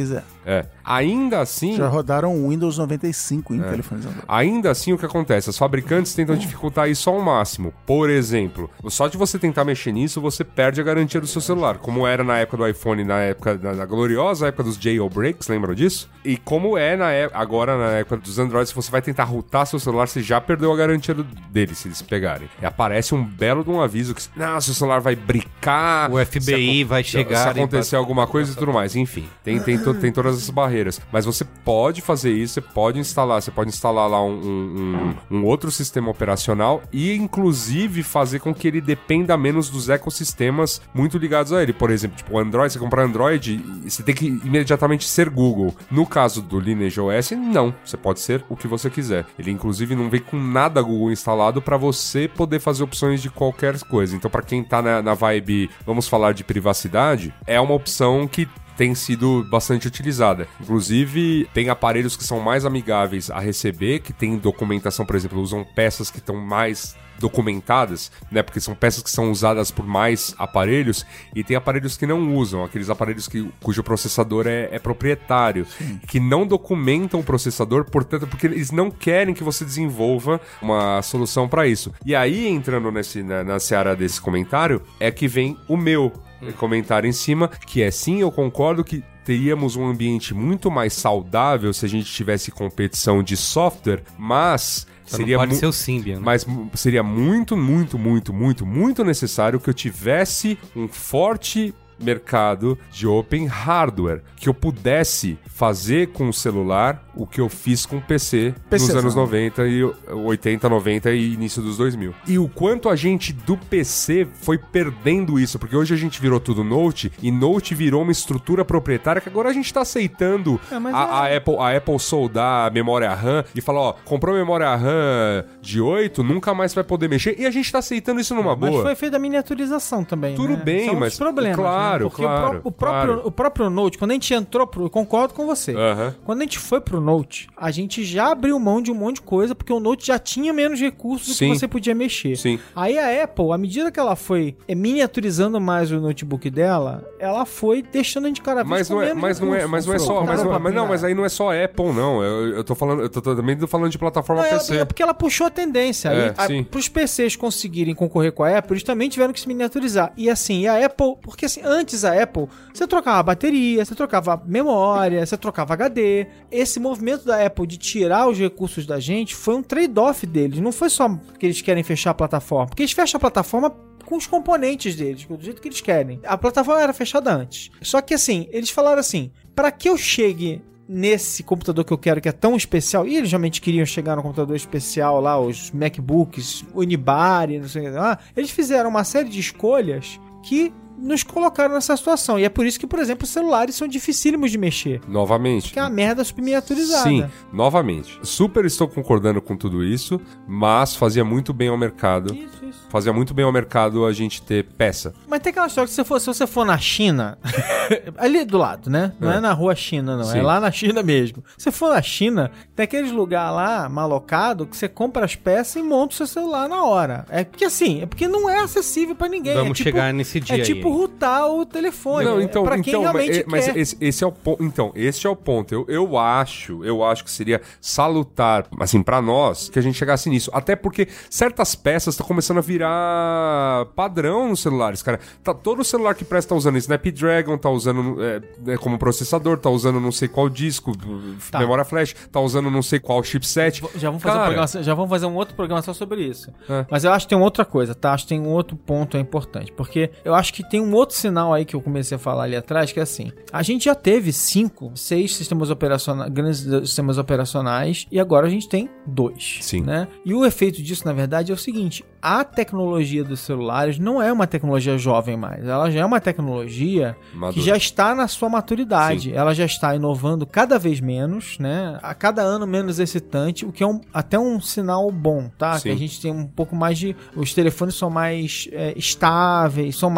Speaker 5: É. Ainda assim...
Speaker 4: Já rodaram o Windows noventa e cinco em é. telefones Android.
Speaker 5: Ainda assim, o que acontece? As fabricantes tentam dificultar isso ao máximo. Por exemplo, só de você tentar mexer nisso, você perde a garantia do seu celular. Como era na época do iPhone, na época na, na gloriosa época dos jailbreaks, lembram disso? E como é na é, agora na época dos Androids, se você vai tentar rootar seu celular, você já perdeu a garantia do, deles, se eles pegarem. E aparece um belo de um aviso que, não, seu celular vai bricar.
Speaker 2: O F B I
Speaker 5: se,
Speaker 2: vai chegar.
Speaker 5: Se acontecer alguma coisa e tudo mais. Enfim, tem, tem, to, tem todas essas barreiras. Mas você pode fazer isso, você pode instalar, você pode instalar lá um, um, um outro sistema operacional e, inclusive, fazer com que ele dependa menos dos ecossistemas muito ligados a ele. Por exemplo, tipo, o Android, você comprar Android, você tem que imediatamente ser Google. No caso do Lineage O S, não. Você pode ser o que você quiser. Ele, inclusive, não vem com nada Google instalado para você poder fazer opções de qualquer coisa. Então, para quem tá na, na vibe, vamos falar de privacidade, é uma opção que tem sido bastante utilizada. Inclusive, tem aparelhos que são mais amigáveis a receber, que tem documentação, por exemplo, usam peças que estão mais documentadas, né? Porque são peças que são usadas por mais aparelhos, e tem aparelhos que não usam, aqueles aparelhos que, cujo processador é, é proprietário, Sim. que não documentam o processador, portanto, porque eles não querem que você desenvolva uma solução para isso. E aí, entrando nesse, na, na seara desse comentário, é que vem o meu comentário em cima, que é sim, eu concordo que teríamos um ambiente muito mais saudável se a gente tivesse competição de software, mas
Speaker 2: Só
Speaker 5: seria
Speaker 2: não pode
Speaker 5: mu-
Speaker 2: ser o Symbian, né?
Speaker 5: mas seria muito, muito, muito, muito, muito necessário que eu tivesse um forte mercado de open hardware, que eu pudesse fazer com o celular o que eu fiz com o P C
Speaker 4: P C
Speaker 5: nos anos
Speaker 4: não.
Speaker 5: noventa e oitenta, noventa e início dos dois mil. E o quanto a gente do P C foi perdendo isso, porque hoje a gente virou tudo Note, e Note virou uma estrutura proprietária que agora a gente tá aceitando
Speaker 3: É, mas
Speaker 5: a,
Speaker 3: é-
Speaker 5: a Apple, a Apple soldar a memória RAM e falar, ó, comprou memória RAM de oito, nunca mais vai poder mexer, e a gente tá aceitando isso numa
Speaker 3: Mas
Speaker 5: boa.
Speaker 3: foi feita a miniaturização também,
Speaker 5: Tudo
Speaker 3: né?
Speaker 5: bem,
Speaker 3: São
Speaker 5: mas-
Speaker 3: os problemas,
Speaker 5: claro,
Speaker 3: né? Porque
Speaker 5: claro,
Speaker 3: o, pró- o próprio,
Speaker 5: claro.
Speaker 3: o próprio Note, quando a gente entrou pro... Eu concordo com você.
Speaker 5: Aham.
Speaker 3: Quando a gente foi pro Note, a gente já abriu mão de um monte de coisa, porque o Note já tinha menos recursos do
Speaker 5: Sim.
Speaker 3: que você podia mexer.
Speaker 5: Sim.
Speaker 3: Aí a Apple, à medida que ela foi é, miniaturizando mais o notebook dela, ela foi deixando a gente cada vez
Speaker 5: Mas
Speaker 3: com
Speaker 5: não é,
Speaker 3: menos
Speaker 5: mas não é,
Speaker 3: recursos.
Speaker 5: mas não é só,
Speaker 3: Não,
Speaker 5: mas, não,
Speaker 3: não,
Speaker 5: mas não,
Speaker 3: não.
Speaker 5: mas aí não é só Apple, não. Eu, eu tô falando, eu tô também falando de plataforma
Speaker 3: Não,
Speaker 5: P
Speaker 3: é,
Speaker 5: C.
Speaker 3: é porque ela puxou a tendência.
Speaker 5: É,
Speaker 3: Aí,
Speaker 5: sim.
Speaker 3: para os P Cs conseguirem concorrer com a Apple, eles também tiveram que se miniaturizar. E assim, e a Apple... Porque assim, antes a Apple, você trocava bateria, você trocava memória, você trocava H D. Esse movimento da Apple de tirar os recursos da gente foi um trade-off deles. Não foi só porque eles querem fechar a plataforma. Porque eles fecham a plataforma com os componentes deles, do jeito que eles querem. A plataforma era fechada antes. Só que assim, eles falaram assim, para que eu chegue nesse computador que eu quero, que é tão especial, e eles realmente queriam chegar no computador especial lá, os MacBooks, Unibody, não sei o que lá, eles fizeram uma série de escolhas que nos colocaram nessa situação. E é por isso que, por exemplo, os celulares são dificílimos de mexer.
Speaker 5: Novamente.
Speaker 3: Que é uma merda super miniaturizada.
Speaker 5: Sim, novamente. Super estou concordando com tudo isso, mas fazia muito bem ao mercado.
Speaker 3: Isso, isso.
Speaker 5: Fazia muito bem ao mercado a gente ter peça.
Speaker 3: Mas tem aquela história que se você for, se você for na China, ali do lado, né? Não é,
Speaker 5: É.
Speaker 3: na rua China, não.
Speaker 5: Sim.
Speaker 3: É lá na China mesmo. Se você for na China, tem aqueles lugares lá, malocado, que você compra as peças e monta o seu celular na hora. É porque assim, é porque não é acessível pra ninguém.
Speaker 2: Vamos
Speaker 3: é tipo,
Speaker 2: chegar nesse dia
Speaker 3: É
Speaker 2: aí,
Speaker 3: tipo
Speaker 2: hein?
Speaker 3: routar o telefone.
Speaker 5: Não,
Speaker 3: é
Speaker 5: então,
Speaker 3: pra quem
Speaker 5: então
Speaker 3: realmente
Speaker 5: mas,
Speaker 3: quer.
Speaker 5: mas esse, esse é o ponto. Então, esse é o ponto. Eu, eu acho, eu acho que seria salutar, assim, pra nós, que a gente chegasse nisso. Até porque certas peças estão começando a virar padrão nos celulares, cara. Tá, todo celular que presta tá usando Snapdragon, tá usando é, é, como processador, tá usando não sei qual disco,
Speaker 3: Tá.
Speaker 5: memória flash, tá usando não sei qual chipset.
Speaker 3: Já vamos, fazer um
Speaker 5: Cara,
Speaker 3: programa, já vamos fazer um outro programa só sobre isso.
Speaker 5: É.
Speaker 3: Mas eu acho que tem uma outra coisa, tá? Acho que tem um outro ponto importante. Porque eu acho que tem um outro sinal aí que eu comecei a falar ali atrás, que é assim. A gente já teve cinco, seis sistemas operacionais, grandes sistemas operacionais, e agora a gente tem dois.
Speaker 5: Sim.
Speaker 3: Né? E o efeito disso, na verdade, é o seguinte. A tecnologia dos celulares não é uma tecnologia jovem mais. Ela já é uma tecnologia
Speaker 5: Madura.
Speaker 3: que já está na sua maturidade.
Speaker 5: Sim.
Speaker 3: Ela já está inovando cada vez menos, né? A cada ano menos excitante, o que é um, até um sinal bom, tá?
Speaker 5: Sim.
Speaker 3: Que a gente tem um pouco mais de... Os telefones são mais é, estáveis, são máquinas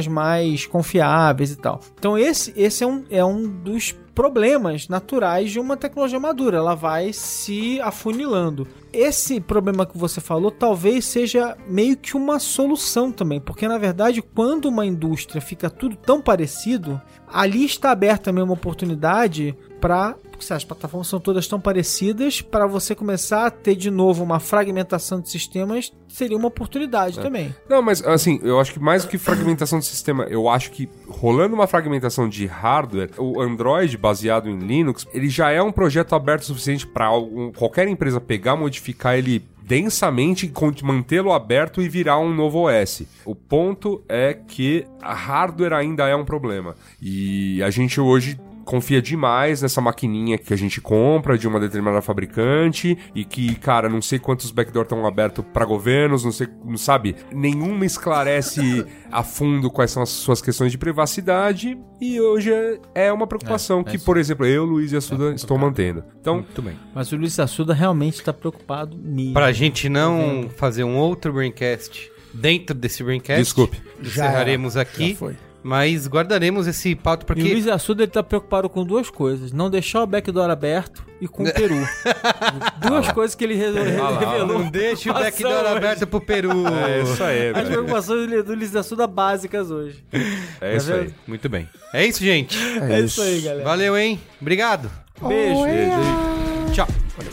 Speaker 3: mais confiáveis e tal. Então esse, esse é, um, é um dos problemas naturais de uma tecnologia madura. Ela vai se afunilando. Esse problema que você falou talvez seja meio que uma solução também, porque na verdade quando uma indústria fica tudo tão parecido, ali está aberta também uma oportunidade para... Porque as plataformas são todas tão parecidas, para você começar a ter de novo uma fragmentação de sistemas, seria uma oportunidade é. também.
Speaker 5: Não, mas assim, eu acho que mais do que fragmentação de sistema, eu acho que rolando uma fragmentação de hardware, o Android baseado em Linux, ele já é um projeto aberto o suficiente para qualquer empresa pegar, modificar ele densamente, mantê-lo aberto e virar um novo O S. O ponto é que a hardware ainda é um problema. E a gente hoje confia demais nessa maquininha que a gente compra de uma determinada fabricante e que, cara, não sei quantos backdoor estão abertos para governos, não sei, não sabe, nenhuma esclarece a fundo quais são as suas questões de privacidade e hoje é uma preocupação é, que, é por exemplo, eu, Luiz e a Suda é estou mantendo. Então,
Speaker 3: muito bem. Mas o Luiz e a Suda realmente está preocupado mesmo.
Speaker 2: Pra gente não tá fazer um outro Braincast dentro desse Braincast,
Speaker 5: desculpe,
Speaker 2: encerraremos já, aqui. Já foi. Mas guardaremos esse pauta porque...
Speaker 3: E o Luiz Assuda, ele tá preocupado com duas coisas. Não deixar o backdoor aberto e com o Peru. Duas coisas que ele resolveu.
Speaker 2: Ah, revelou. Não deixe o backdoor aberto pro Peru.
Speaker 5: É isso aí.
Speaker 3: As preocupações do Luiz Assuda básicas hoje.
Speaker 5: É isso aí.
Speaker 2: Muito bem. É isso, gente.
Speaker 3: É, é isso aí, galera.
Speaker 2: Valeu, hein? Obrigado.
Speaker 3: Beijo.
Speaker 2: Beijo. Tchau.
Speaker 5: Valeu.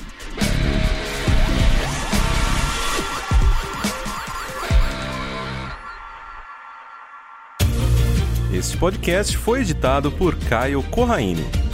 Speaker 7: Este podcast foi editado por Caio Corraini.